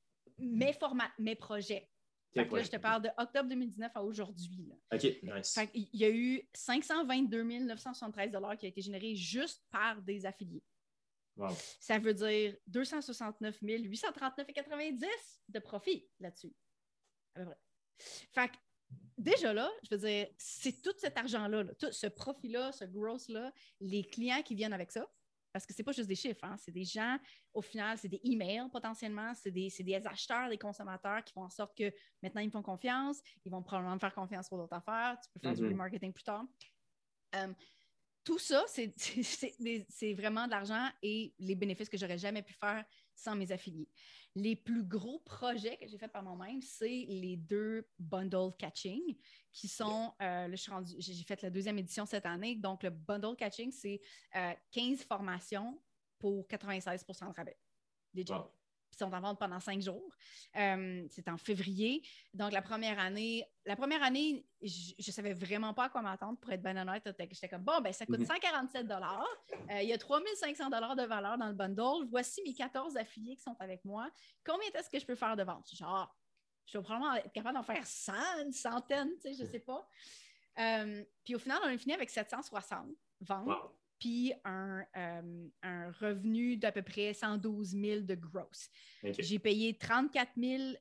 mes projets. Fait que là, je te parle de octobre 2019 à aujourd'hui. Là.
OK, nice.
Fait qu'il y a eu 522 973 $ qui a été généré juste par des affiliés.
Wow.
Ça veut dire 269 839,90 de profit là-dessus. À peu près. Fait que déjà là, je veux dire, c'est tout cet argent-là, tout ce profit-là, ce growth-là, les clients qui viennent avec ça. Parce que ce n'est pas juste des chiffres, hein? C'est des gens, au final, c'est des emails potentiellement, c'est des acheteurs, des consommateurs qui font en sorte que maintenant, ils me font confiance, ils vont probablement me faire confiance pour d'autres affaires, tu peux faire du remarketing plus tard. Tout ça, c'est vraiment de l'argent et les bénéfices que je n'aurais jamais pu faire sans mes affiliés. Les plus gros projets que j'ai faits par moi-même, c'est les 2 bundle catching qui sont, là, j'ai fait la 2e édition cette année. Donc, le bundle catching, c'est 15 formations pour 96 % de rabais. Wow. Ils sont en vente pendant 5 jours. C'est en février. Donc, la première année, je ne savais vraiment pas à quoi m'attendre, pour être bien honnête. J'étais comme, bon, ben ça coûte 147 $. Il y a 3500 $ de valeur dans le bundle. Voici mes 14 affiliés qui sont avec moi. Combien est-ce que je peux faire de vente? Genre, je vais probablement être capable d'en faire 100, une centaine, tu sais, je ne sais pas. Puis au final, on a fini avec 760 ventes. Wow. Puis un revenu d'à peu près 112 000 de gross. Okay. J'ai payé 34 000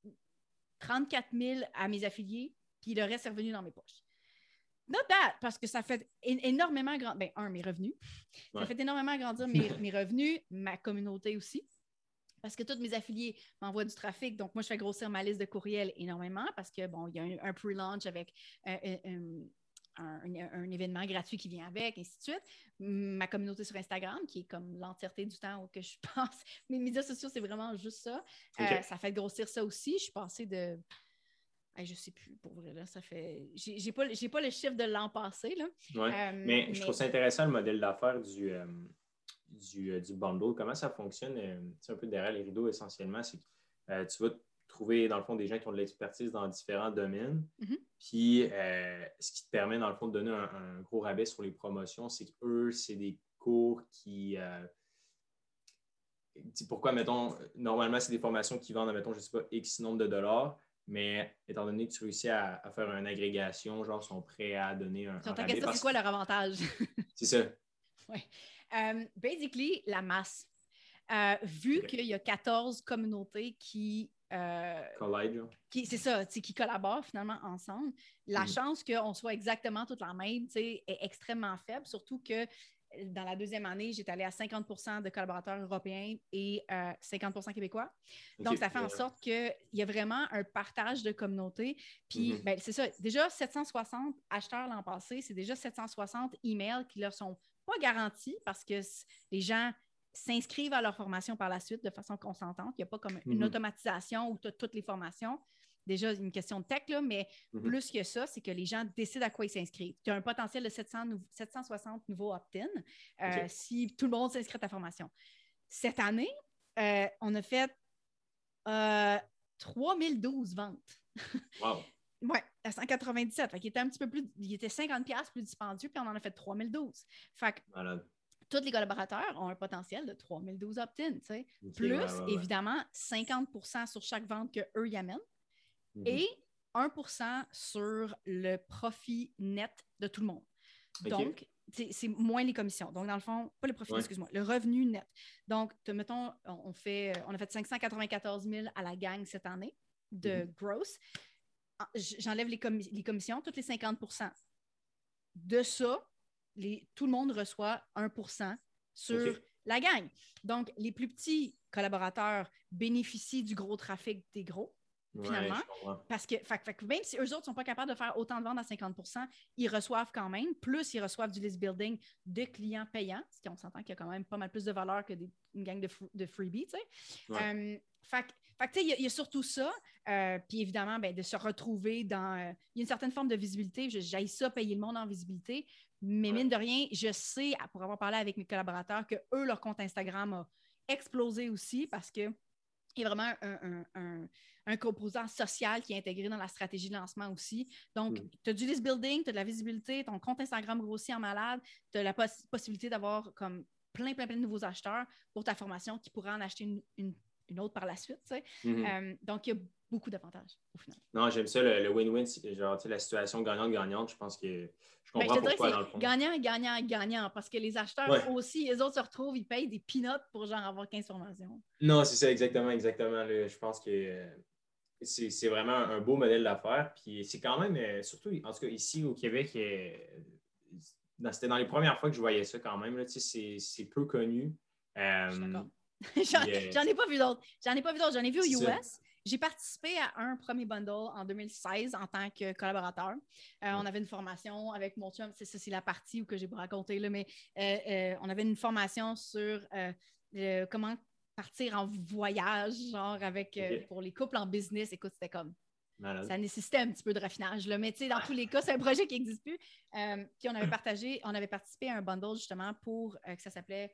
à mes affiliés, puis le reste est revenu dans mes poches. Not that, parce que ça fait énormément grandir, mes revenus. Ouais. Ça fait énormément grandir mes revenus, ma communauté aussi. Parce que tous mes affiliés m'envoient du trafic. Donc, moi, je fais grossir ma liste de courriels énormément parce que, bon, il y a un pre-launch avec un événement gratuit qui vient avec, ainsi de suite. Ma communauté sur Instagram, qui est comme l'entièreté du temps que je passe. Mes médias sociaux, c'est vraiment juste ça. Okay. Ça fait grossir ça aussi. Je suis passée de... je ne sais plus, pour vrai, là, ça fait... J'ai pas le chiffre de l'an passé, là.
Ouais. Mais je trouve ça intéressant, le modèle d'affaires du bundle. Comment ça fonctionne? C'est un peu derrière les rideaux, essentiellement. C'est que tu vas trouver, dans le fond, des gens qui ont de l'expertise dans différents domaines. Mm-hmm. Puis, ce qui te permet, dans le fond, de donner un gros rabais sur les promotions, c'est qu'eux, c'est des cours qui... pourquoi, mettons, normalement, c'est des formations qui vendent, mettons, je ne sais pas, X nombre de dollars, mais étant donné que tu réussis à faire une agrégation, genre, sont prêts à donner un rabais.
C'est quoi leur avantage?
C'est ça.
Oui. Basically, la masse. Vu qu'il y a 14 communautés qui c'est ça, qui collaborent finalement ensemble, la chance qu'on soit exactement toutes la même est extrêmement faible, surtout que dans la 2e année, j'étais allée à 50 % de collaborateurs européens et 50 % québécois. Donc, ça fait en sorte qu'il y a vraiment un partage de communauté. Puis, c'est ça, déjà 760 acheteurs l'an passé, c'est déjà 760 emails qui leur sont pas garantis parce que les gens s'inscrivent à leur formation par la suite de façon consentante. Il n'y a pas comme une automatisation où tu as toutes les formations. Déjà, une question de tech, là, mais plus que ça, c'est que les gens décident à quoi ils s'inscrivent. Tu as un potentiel de 760 nouveaux opt-in si tout le monde s'inscrit à ta formation. Cette année, on a fait 3012 ventes.
Wow!
Oui, à 197. Fait qu'il était un petit peu plus... Il était 50$ plus dispendieux, puis on en a fait 3012. Fait que...
Malade.
Tous les collaborateurs ont un potentiel de 3012 opt-in, tu sais. Okay, plus, évidemment, 50 % sur chaque vente qu'eux y amènent et 1 % sur le profit net de tout le monde. Okay. Donc, c'est moins les commissions. Donc, dans le fond, pas le profit, excuse-moi, le revenu net. Donc, mettons, on a fait 594 000 à la gang cette année de gross. J'enlève les commissions, toutes les 50 % de ça. Tout le monde reçoit 1 % sur la gang. Donc, les plus petits collaborateurs bénéficient du gros trafic des gros, finalement. Parce que même si eux autres ne sont pas capables de faire autant de ventes à 50 %, ils reçoivent quand même. Plus, ils reçoivent du list building de clients payants, ce qui on s'entend qu'il y a quand même pas mal plus de valeur que une gang de freebies, tu sais. Il y a surtout ça. Puis évidemment, de se retrouver dans... il y a une certaine forme de visibilité. J'haïs ça, payer le monde en visibilité. Mais mine de rien, je sais, pour avoir parlé avec mes collaborateurs, que eux, leur compte Instagram a explosé aussi parce qu'il y a vraiment un composant social qui est intégré dans la stratégie de lancement aussi. Donc, tu as du list building, tu as de la visibilité, ton compte Instagram grossit en malade, tu as la possibilité d'avoir comme plein de nouveaux acheteurs pour ta formation qui pourraient en acheter une une autre par la suite. Donc, il y a beaucoup d'avantages au final.
Non, j'aime ça, le win-win, genre, la situation gagnante-gagnante. Je pense que je comprends
je te
pourquoi,
dirais
dans le
que
fond.
c'est gagnant, parce que les acheteurs aussi, les autres se retrouvent, ils payent des peanuts pour genre avoir 15 formations.
Non, c'est ça, exactement. Là, je pense que c'est vraiment un beau modèle d'affaires. Puis c'est quand même, surtout, en tout cas, ici au Québec, c'était dans les premières fois que je voyais ça quand même. Là, c'est peu connu.
Je suis d'accord. J'en ai pas vu d'autres. J'en ai vu aux US. J'ai participé à un premier bundle en 2016 en tant que collaborateur. On avait une formation avec mon chum. C'est la partie où que j'ai raconté, là, mais on avait une formation sur comment partir en voyage, genre avec pour les couples en business. Écoute, c'était comme
malade.
Ça nécessitait un petit peu de raffinage. Là. Mais tu sais, dans tous les cas, c'est un projet qui n'existe plus. Puis on avait participé à un bundle justement pour que ça s'appelait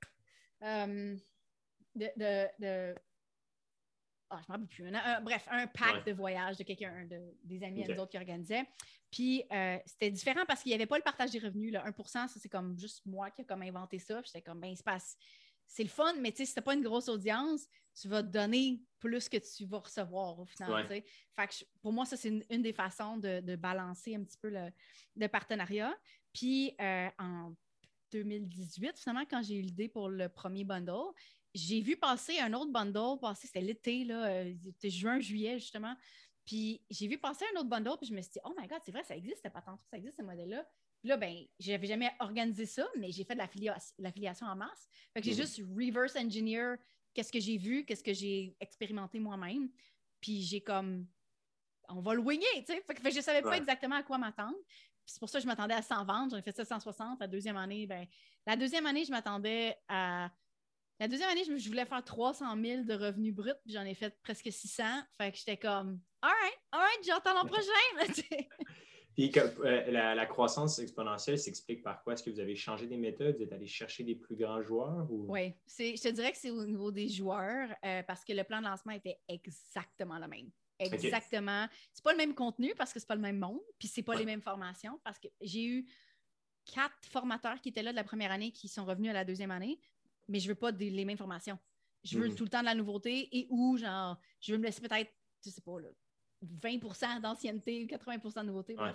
je ne me rappelle plus. Bref, un pack de voyage de quelqu'un, des amis à nous autres qui organisaient. Puis c'était différent parce qu'il n'y avait pas le partage des revenus. Là. 1%, ça, c'est comme juste moi qui ai comme inventé ça. J'étais comme, ben, c'est le fun, mais tu sais, si tu n'as pas une grosse audience, tu vas te donner plus que tu vas recevoir au final. Fait que pour moi, ça, c'est une des façons de balancer un petit peu le partenariat. Puis en 2018, finalement, quand j'ai eu l'idée pour le premier bundle, j'ai vu passer un autre bundle, c'était l'été, c'était juin, juillet, justement. Puis j'ai vu passer un autre bundle, puis je me suis dit, oh my God, c'est vrai, ça existe, cette patente, ça existe, ce modèle-là. Puis là, ben, je n'avais jamais organisé ça, mais j'ai fait de l'affiliation en masse. Fait que j'ai juste reverse engineer qu'est-ce que j'ai vu, qu'est-ce que j'ai expérimenté moi-même. Puis j'ai comme, on va le winger, tu sais. Fait que je ne savais pas exactement à quoi m'attendre. Puis c'est pour ça que je m'attendais à 100 ventes. J'en ai fait 760. La deuxième année, je m'attendais à... La deuxième année, je voulais faire 300 000 de revenus bruts, puis j'en ai fait presque 600. Fait que j'étais comme, all right, j'entends l'an prochain.
Puis la croissance exponentielle s'explique par quoi? Est-ce que vous avez changé des méthodes? Vous êtes allé chercher des plus grands joueurs? Ou...
Oui, je te dirais que c'est au niveau des joueurs parce que le plan de lancement était exactement le même. Exactement. Okay. C'est pas le même contenu parce que c'est pas le même monde, puis c'est pas les mêmes formations parce que j'ai eu 4 formateurs qui étaient là de la première année qui sont revenus à la deuxième année, mais je veux pas les mêmes formations. Je veux tout le temps de la nouveauté et genre, je veux me laisser peut-être, je sais pas, là, 20% d'ancienneté, 80% de nouveauté, bref.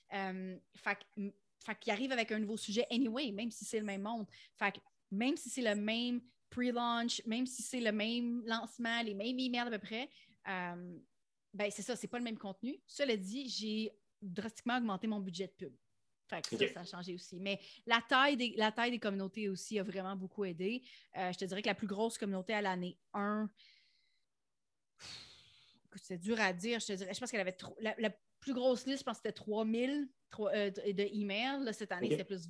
Fait qu'il arrive avec un nouveau sujet anyway, même si c'est le même monde. Fait que même si c'est le même pre-launch, même si c'est le même lancement, les mêmes emails à peu près, ben c'est ça, c'est pas le même contenu. Cela dit, j'ai drastiquement augmenté mon budget de pub. Fait que ça a changé aussi. Mais la taille des communautés aussi a vraiment beaucoup aidé. Je te dirais que la plus grosse communauté à l'année 1, c'est dur à dire, je pense qu'elle avait la plus grosse liste, je pense que c'était 3000 de emails. Là, cette année, c'était plus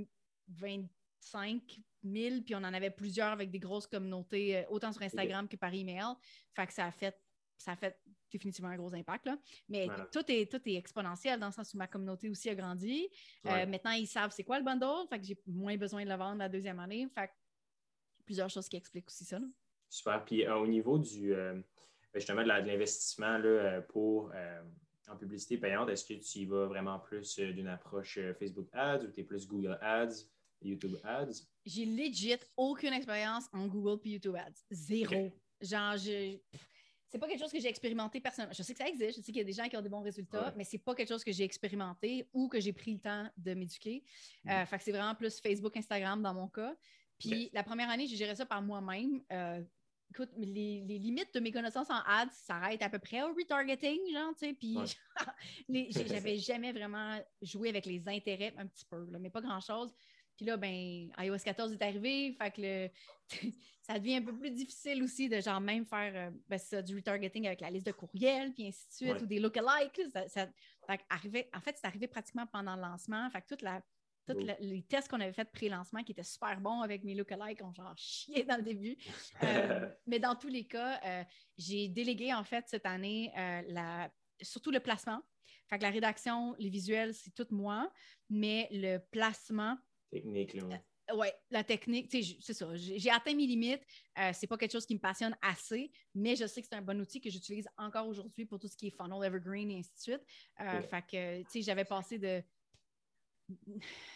25 000, puis on en avait plusieurs avec des grosses communautés, autant sur Instagram que par email. Fait que ça a fait définitivement un gros impact. Là. Mais tout est exponentiel dans le sens où ma communauté aussi a grandi. Maintenant, ils savent c'est quoi le bundle. Fait que j'ai moins besoin de le vendre la deuxième année. Fait que plusieurs choses qui expliquent aussi ça. Là.
Super. Puis au niveau du justement de l'investissement là, pour en publicité payante, est-ce que tu y vas vraiment plus d'une approche Facebook Ads ou tu es plus Google Ads, YouTube Ads?
J'ai legit aucune expérience en Google puis YouTube Ads. Zéro. Genre, c'est pas quelque chose que j'ai expérimenté personnellement. Je sais que ça existe, je sais qu'il y a des gens qui ont des bons résultats, mais c'est pas quelque chose que j'ai expérimenté ou que j'ai pris le temps de m'éduquer. Fait que c'est vraiment plus Facebook, Instagram dans mon cas. Puis la première année, j'ai géré ça par moi-même. Écoute, les limites de mes connaissances en ads s'arrêtent à peu près au retargeting, genre, tu sais, puis j'avais jamais vraiment joué avec les intérêts un petit peu, là, mais pas grand-chose. Puis là, ben, iOS 14 est arrivé, fait que ça devient un peu plus difficile aussi de genre même faire du retargeting avec la liste de courriels, puis ainsi de suite, ou des lookalikes. En fait, c'est arrivé pratiquement pendant le lancement. Fait que les tests qu'on avait fait pré-lancement qui étaient super bons avec mes lookalikes ont genre chié dans le début. Mais dans tous les cas, j'ai délégué en fait cette année surtout le placement. Fait que la rédaction, les visuels, c'est tout moi, mais le placement...
Technique, là.
Oui, la technique, c'est ça. J'ai atteint mes limites. C'est pas quelque chose qui me passionne assez, mais je sais que c'est un bon outil que j'utilise encore aujourd'hui pour tout ce qui est funnel, evergreen et ainsi de suite. Fait que, j'avais passé de...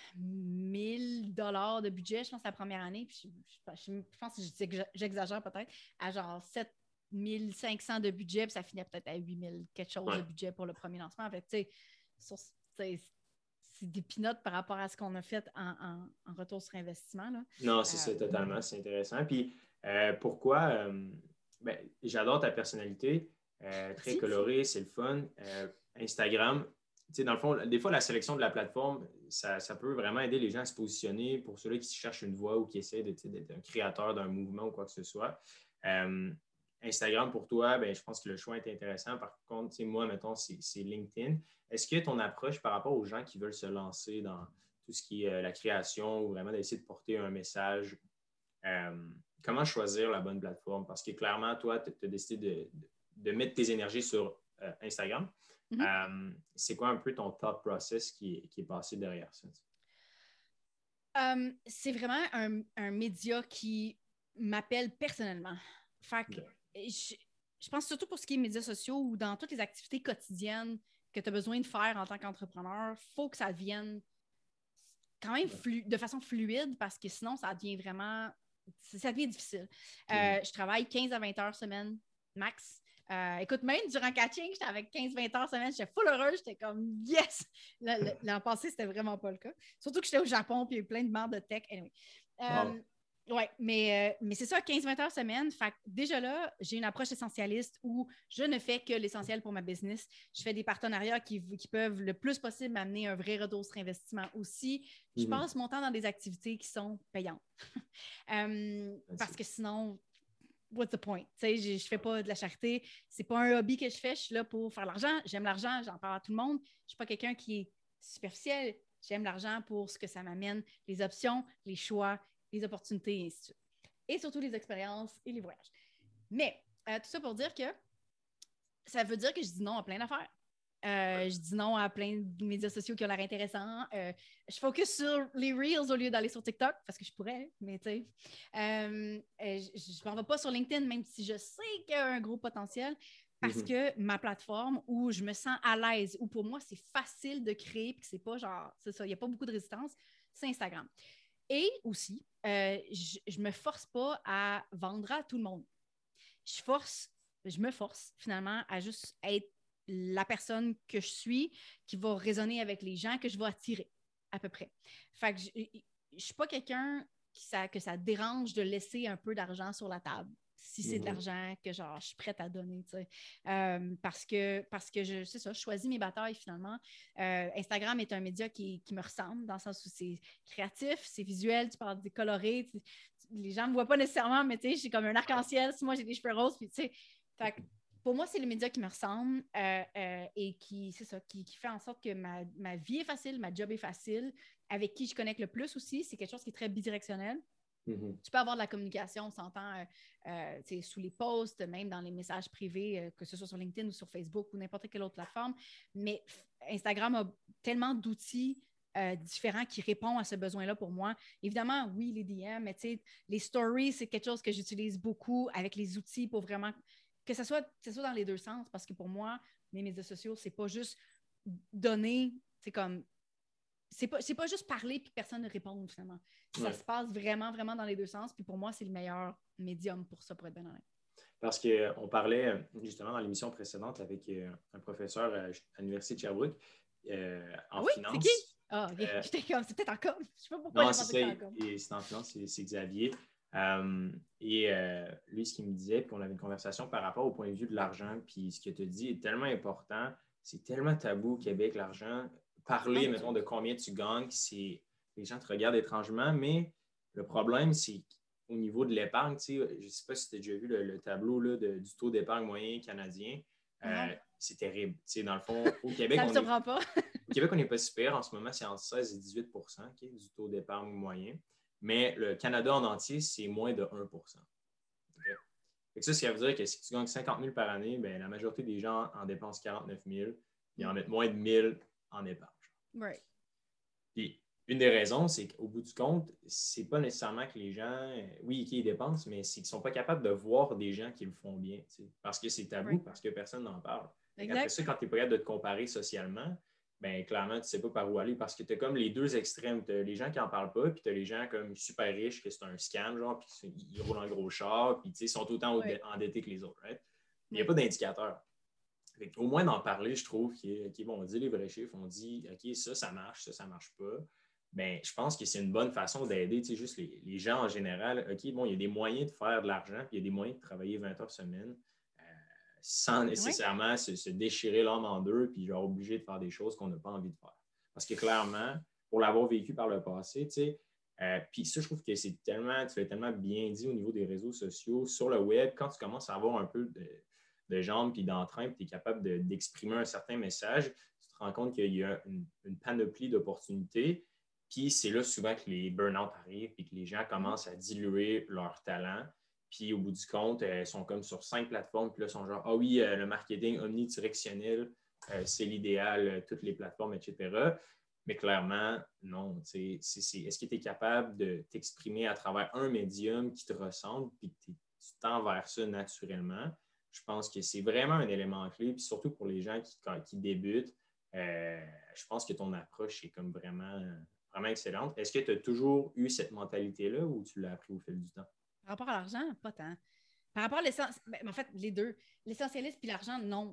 $1,000 de budget, je pense, la première année. Puis je pense que j'exagère peut-être, à genre 7 500 de budget, puis ça finit peut-être à 8 000 quelque chose de budget pour le premier lancement. En fait, tu sais, c'est des peanuts par rapport à ce qu'on a fait en retour sur investissement. Là.
Non, c'est ça, totalement. C'est intéressant. Puis pourquoi? J'adore ta personnalité. Très colorée, c'est le fun. Instagram, tu sais, dans le fond, des fois, la sélection de la plateforme, ça peut vraiment aider les gens à se positionner pour ceux-là qui cherchent une voie ou qui essaient d'être un créateur d'un mouvement ou quoi que ce soit. Instagram, pour toi, je pense que le choix est intéressant. Par contre, moi, mettons, c'est LinkedIn. Est-ce que ton approche par rapport aux gens qui veulent se lancer dans tout ce qui est la création ou vraiment d'essayer de porter un message, comment choisir la bonne plateforme? Parce que clairement, toi, tu as décidé de mettre tes énergies sur Instagram. Mm-hmm. C'est quoi un peu ton thought process qui est passé derrière ça?
C'est vraiment un média qui m'appelle personnellement. Fait que je pense surtout pour ce qui est médias sociaux ou dans toutes les activités quotidiennes que tu as besoin de faire en tant qu'entrepreneur, il faut que ça devienne quand même de façon fluide parce que sinon, ça devient difficile. Je travaille 15 à 20 heures semaine max. Écoute, même durant catching, j'étais avec 15-20 heures semaine, j'étais full heureuse, j'étais comme yes! L'an passé, c'était vraiment pas le cas. Surtout que j'étais au Japon, puis il y a eu plein de merde de tech. Anyway. Oui, mais c'est ça, 15-20 heures semaine. Fait que déjà là, j'ai une approche essentialiste où je ne fais que l'essentiel pour ma business. Je fais des partenariats qui peuvent le plus possible m'amener un vrai retour sur investissement aussi. Je passe mon temps dans des activités qui sont payantes. Parce que sinon, what's the point? Je ne fais pas de la charité. C'est pas un hobby que je fais. Je suis là pour faire l'argent. J'aime l'argent. J'en parle à tout le monde. Je ne suis pas quelqu'un qui est superficiel. J'aime l'argent pour ce que ça m'amène, les options, les choix, les opportunités, et ainsi de suite. Et surtout les expériences et les voyages. Mais tout ça pour dire que ça veut dire que je dis non à plein d'affaires. Je dis non à plein de médias sociaux qui ont l'air intéressants. Je focus sur les Reels au lieu d'aller sur TikTok, parce que je pourrais, mais tu sais. Je m'en vais pas sur LinkedIn, même si je sais qu'il y a un gros potentiel, parce que ma plateforme où je me sens à l'aise, où pour moi, c'est facile de créer, puis que c'est pas genre, c'est ça, il n'y a pas beaucoup de résistance, c'est Instagram. Et aussi, je me force pas à vendre à tout le monde. Je me force finalement à juste être la personne que je suis, qui va résonner avec les gens, que je vais attirer, à peu près. Fait que je ne suis pas quelqu'un que ça dérange de laisser un peu d'argent sur la table, si c'est de l'argent que genre, je suis prête à donner. Parce que c'est ça, je choisis mes batailles finalement. Instagram est un média qui me ressemble, dans le sens où c'est créatif, c'est visuel, tu parles des colorés. Les gens ne me voient pas nécessairement, mais tu sais, j'ai comme un arc-en-ciel. Moi, j'ai des cheveux roses, puis tu sais. Pour moi, c'est le média qui me ressemble et qui fait en sorte que ma vie est facile, ma job est facile. Avec qui je connecte le plus aussi, c'est quelque chose qui est très bidirectionnel. Tu peux avoir de la communication, on s'entend sous les posts, même dans les messages privés, que ce soit sur LinkedIn ou sur Facebook ou n'importe quelle autre plateforme. Mais Instagram a tellement d'outils différents qui répondent à ce besoin-là pour moi. Évidemment, oui, les DM, mais les stories, c'est quelque chose que j'utilise beaucoup avec les outils pour vraiment que ce soit dans les deux sens, parce que pour moi, les médias sociaux, c'est pas juste donner, c'est comme c'est pas juste parler puis que personne ne répond finalement. Ça se passe vraiment, vraiment dans les deux sens. Puis pour moi, c'est le meilleur médium pour ça, pour être bien honnête.
Parce qu'on parlait justement dans l'émission précédente avec un professeur à l'Université de Sherbrooke en finance.
C'est qui? Ah, j'étais comme, c'est peut-être en com. Je sais pas pourquoi
non, c'est en com. C'est en finance, c'est Xavier. Lui, ce qu'il me disait, puis on avait une conversation par rapport au point de vue de l'argent, puis ce que tu dis est tellement important. C'est tellement tabou au Québec, l'argent. Parler, mettons, de combien tu gagnes, les gens te regardent étrangement, mais le problème, c'est au niveau de l'épargne, je ne sais pas si tu as déjà vu le tableau là, du taux d'épargne moyen canadien. C'est terrible. Dans le fond, au Québec,
ça ne me surprend pas.
Au Québec, on n'est pas super. En ce moment, c'est entre 16 et 18 okay, du taux d'épargne moyen. Mais le Canada en entier, c'est moins de 1 okay? Et ça, ce qui veut dire que si tu gagnes 50 000 par année, la majorité des gens en dépensent 49 000 et en mettent moins de 1 000 en épargne.
Right.
Puis, une des raisons, c'est qu'au bout du compte, c'est pas nécessairement que les gens, oui, qui dépensent, mais c'est qu'ils ne sont pas capables de voir des gens qui le font bien. Parce que c'est tabou, parce que personne n'en parle. Après ça, quand tu n'es pas capable de te comparer socialement, ben clairement, tu ne sais pas par où aller parce que tu as comme les deux extrêmes. Tu as les gens qui n'en parlent pas, puis tu as les gens comme super riches, que c'est un scam, genre, puis ils roulent un gros char, puis ils sont autant endettés que les autres. Right? Il n'y a pas d'indicateur. Au moins d'en parler, je trouve on dit les vrais chiffres, on dit OK, ça marche, ça marche pas. Ben, je pense que c'est une bonne façon d'aider juste les gens en général. OK, bon, il y a des moyens de faire de l'argent, puis il y a des moyens de travailler 20 heures semaine sans nécessairement se déchirer l'âme en deux, puis genre obligé de faire des choses qu'on n'a pas envie de faire. Parce que clairement, pour l'avoir vécu par le passé, puis ça, je trouve que tu l'as tellement bien dit au niveau des réseaux sociaux, sur le web, quand tu commences à avoir un peu de jambes puis d'entrain, puis tu es capable d'exprimer un certain message, tu te rends compte qu'il y a une panoplie d'opportunités. Puis c'est là souvent que les burn-out arrivent et que les gens commencent à diluer leur talent. Puis au bout du compte, ils sont comme sur 5 plateformes. Puis là, ils sont genre, ah oui, le marketing omnidirectionnel, c'est l'idéal, toutes les plateformes, etc. Mais clairement, non. Est-ce que tu es capable de t'exprimer à travers un médium qui te ressemble puis que tu tends vers ça naturellement? Je pense que c'est vraiment un élément clé. Puis surtout pour les gens qui débutent, je pense que ton approche est comme vraiment excellente. Est-ce que tu as toujours eu cette mentalité-là ou tu l'as appris au fil du temps?
Par rapport à l'argent, pas tant. Par rapport à l'essence, en fait, les deux. L'essentialisme puis l'argent, non.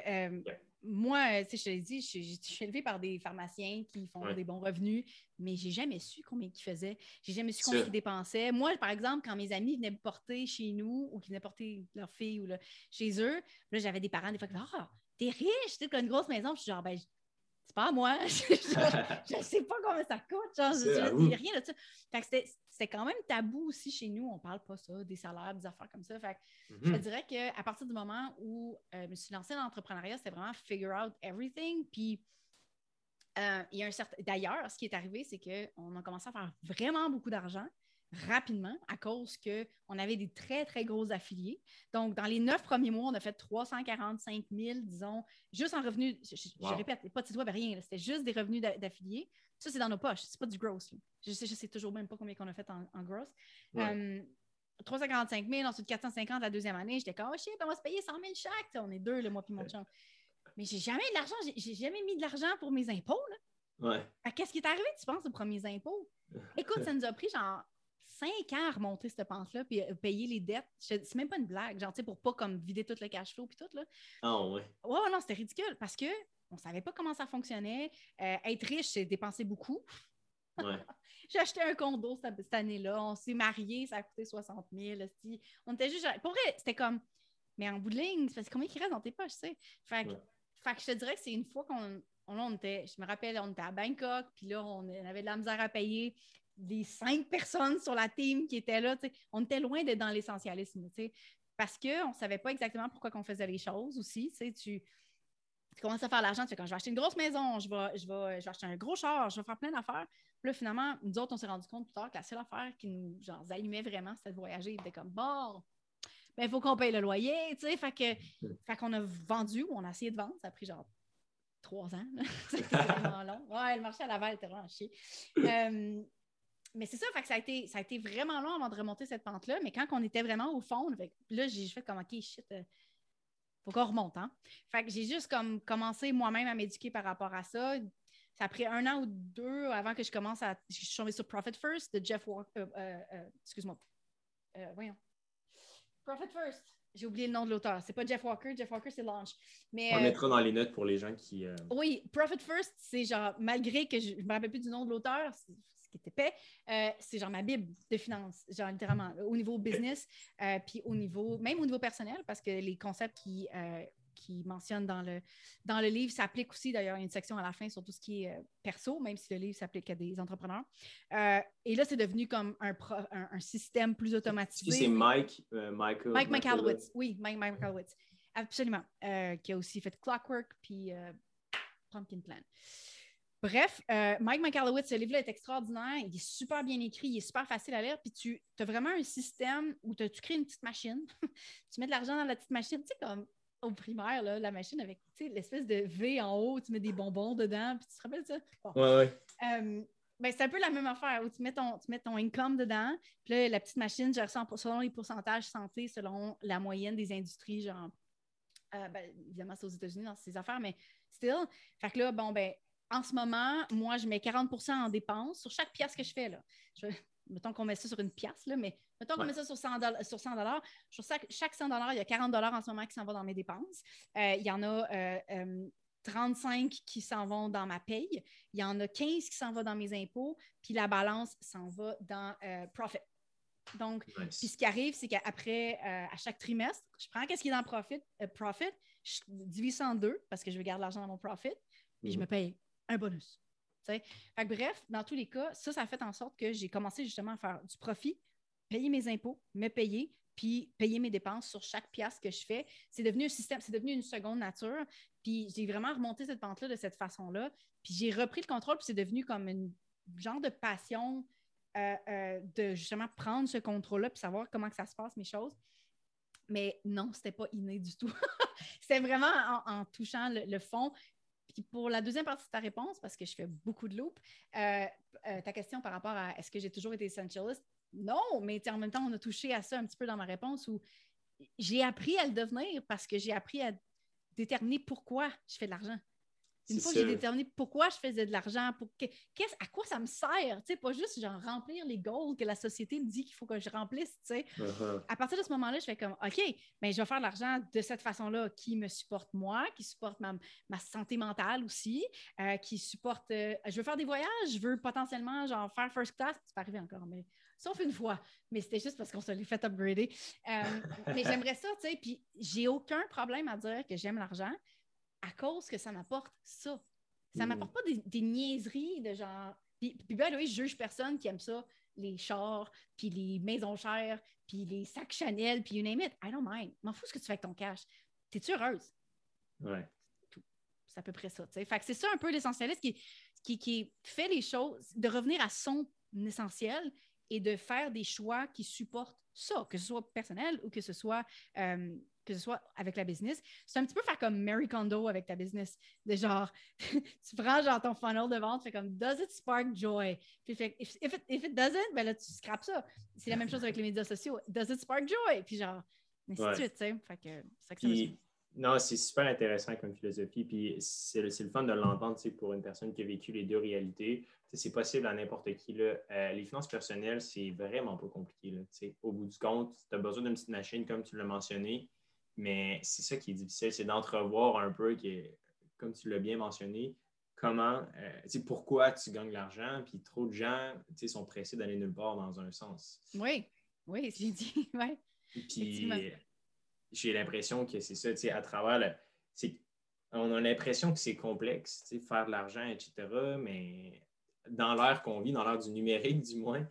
Moi, je te l'ai dit, je suis élevée par des pharmaciens qui font des bons revenus, mais je n'ai jamais su combien ils faisaient. Je n'ai jamais su combien ils dépensaient. Moi, par exemple, quand mes amis venaient me porter chez nous ou qui venaient porter leur fille ou chez eux, là, j'avais des parents des fois qui disaient « Ah, t'es riche, tu as une grosse maison. » Je suis genre « Ben, c'est pas à moi. Je ne sais pas combien ça coûte. Il n'y a rien de ça. » Fait que c'était quand même tabou aussi chez nous. On ne parle pas ça, des salaires, des affaires comme ça. Fait que je te dirais qu'à partir du moment où je me suis lancée dans l'entrepreneuriat, c'était vraiment figure out everything. Puis, il y a un certain... D'ailleurs, ce qui est arrivé, c'est qu'on a commencé à faire vraiment beaucoup d'argent rapidement à cause qu'on avait des très, très gros affiliés. Donc, dans les 9 premiers mois, on a fait 345 000, disons, juste en revenus. Je répète, pas de site web, rien. C'était juste des revenus d'affiliés. Ça, c'est dans nos poches. C'est pas du gross. Je sais toujours même pas combien qu'on a fait en gross. 345 000, ensuite 450 la deuxième année. J'étais comme, oh shit, on va se payer 100 000 chaque. On est deux, moi puis mon chum. Mais j'ai jamais de l'argent. J'ai jamais mis de l'argent pour mes impôts. Qu'est-ce qui est arrivé, tu penses, aux premiers impôts? Écoute, ça nous a pris genre 5 ans à remonter cette pente-là puis payer les dettes. C'est même pas une blague, genre, pour pas comme vider tout le cash flow puis tout, là. Ouais, non, c'était ridicule parce qu'on savait pas comment ça fonctionnait. Être riche, c'est dépenser beaucoup. J'ai acheté un condo cette année-là. On s'est mariés, ça a coûté 60 000. On était juste... Pour vrai, c'était comme... Mais en bout de ligne, c'est combien il reste dans tes poches, tu sais? Fait que je te dirais que c'est une fois on était... Je me rappelle, on était à Bangkok, puis là, on avait de la misère à payer les 5 personnes sur la team qui étaient là. T'sais. On était loin d'être dans l'essentialisme, parce qu'on ne savait pas exactement pourquoi on faisait les choses aussi. Tu commences à faire l'argent, tu fais quand je vais acheter une grosse maison, je vais acheter un gros char, je vais faire plein d'affaires. Puis là, finalement, nous autres, on s'est rendu compte plus tard que la seule affaire qui nous allumait vraiment, c'était de voyager. Il était comme, bon, il faut qu'on paye le loyer, tu sais. Fait qu'on a vendu, ou on a essayé de vendre. Ça a pris genre 3 ans. C'était vraiment long. Ouais, le marché à Laval était vraiment chier. Mais c'est ça, fait que ça a été vraiment long avant de remonter cette pente-là. Mais quand on était vraiment au fond, là, j'ai fait comme, OK, shit, faut qu'on remonte, hein. Fait que j'ai juste comme commencé moi-même à m'éduquer par rapport à ça. Ça a pris 1 an ou 2 avant que je commence à... Je suis tombée sur Profit First de Jeff Walker. Excuse-moi. Voyons. Profit First. J'ai oublié le nom de l'auteur. C'est pas Jeff Walker. Jeff Walker, c'est Launch. Mais,
on le mettra dans les notes pour les gens qui...
Oui, Profit First, c'est genre, malgré que je ne me rappelle plus du nom de l'auteur, ce qui est épais, c'est genre ma bible de finance, genre littéralement, au niveau business, puis même au niveau personnel, parce que les concepts qui mentionne dans le livre s'applique aussi, d'ailleurs, il y a une section à la fin sur tout ce qui est perso, même si le livre s'applique à des entrepreneurs. Et là, c'est devenu comme un système plus automatisé.
C'est Mike
Michalowicz. Oui, Mike Michalowicz. Absolument. Qui a aussi fait Clockwork puis Pumpkin Plan. Bref, Mike Michalowicz, ce livre-là est extraordinaire. Il est super bien écrit, il est super facile à lire. Puis tu as vraiment un système où tu crées une petite machine. Tu mets de l'argent dans la petite machine, tu sais, comme au primaire, là, la machine avec l'espèce de V en haut, tu mets des bonbons dedans, puis tu te rappelles ça? Bon. Ben, c'est un peu la même affaire où tu mets ton income dedans, puis là, la petite machine gère ça selon les pourcentages santé, selon la moyenne des industries, genre, ben, évidemment, c'est aux États-Unis dans ces affaires, mais still. Fait que là, bon, ben, en ce moment, moi, je mets 40% en dépenses sur chaque pièce que je fais. Là. Mettons qu'on met ça sur une pièce, là, mais mettons qu'on met ça sur 100 sur chaque 100 il y a 40 en ce moment qui s'en vont dans mes dépenses. Il y en a 35 qui s'en vont dans ma paye. Il y en a 15 qui s'en vont dans mes impôts. Puis la balance s'en va dans profit. Donc, puis ce qui arrive, c'est qu'après, à chaque trimestre, je prends ce qui est dans profit, je divise ça en deux parce que je veux garder l'argent dans mon profit, puis je me paye un bonus. Fait que bref, dans tous les cas, ça a fait en sorte que j'ai commencé justement à faire du profit, payer mes impôts, me payer, puis payer mes dépenses sur chaque pièce que je fais. C'est devenu un système, c'est devenu une seconde nature. Puis j'ai vraiment remonté cette pente-là de cette façon-là. Puis j'ai repris le contrôle, puis c'est devenu comme une genre de passion de justement prendre ce contrôle-là puis savoir comment que ça se passe, mes choses. Mais non, c'était pas inné du tout. C'était vraiment en touchant le fond. Puis pour la deuxième partie de ta réponse, parce que je fais beaucoup de loops, ta question par rapport à est-ce que j'ai toujours été essentialiste? Non, mais en même temps, on a touché à ça un petit peu dans ma réponse où j'ai appris à le devenir parce que j'ai appris à déterminer pourquoi je fais de l'argent. Une fois que j'ai déterminé pourquoi je faisais de l'argent, à quoi ça me sert, pas juste genre remplir les goals que la société me dit qu'il faut que je remplisse. À partir de ce moment-là, je fais comme, OK, mais je vais faire de l'argent de cette façon-là qui me supporte moi, qui supporte ma santé mentale aussi, qui supporte, je veux faire des voyages, je veux potentiellement genre faire first class, c'est pas arrivé encore, mais sauf une fois, mais c'était juste parce qu'on se l'est fait upgrader. Mais j'aimerais ça, puis j'ai aucun problème à dire que j'aime l'argent, à cause que ça m'apporte ça. Ça ne m'apporte pas des niaiseries de genre... Puis ben oui, je juge personne qui aime ça, les chars, puis les maisons chères, puis les sacs Chanel, puis you name it. I don't mind. M'en fous ce que tu fais avec ton cash. T'es-tu heureuse?
Ouais.
C'est à peu près ça. Fait que c'est ça un peu l'essentialiste qui fait les choses, de revenir à son essentiel et de faire des choix qui supportent ça, que ce soit personnel ou que ce soit avec la business. C'est un petit peu faire comme Marie Kondo avec ta business. De genre, tu prends genre ton funnel de vente, fais comme « Does it spark joy? » Puis fait, if it doesn't, ben là, tu scrapes ça. C'est la même chose avec les médias sociaux. « Does it spark joy? » Puis genre, ainsi de suite, tu sais. Fait que c'est ça que ça veut dire.
Non, c'est super intéressant comme philosophie, puis c'est le fun de l'entendre pour une personne qui a vécu les deux réalités. C'est possible à n'importe qui. Là. Les finances personnelles, c'est vraiment pas compliqué. Là, au bout du compte, tu as besoin d'une petite machine, comme tu l'as mentionné, mais c'est ça qui est difficile, c'est d'entrevoir un peu, comme tu l'as bien mentionné, pourquoi tu gagnes de l'argent, puis trop de gens sont pressés d'aller nulle part dans un sens.
Oui, c'est bien dit, ouais.
Puis j'ai l'impression que c'est ça, à travers on a l'impression que c'est complexe, faire de l'argent, etc., mais dans l'ère qu'on vit, dans l'ère du numérique du moins,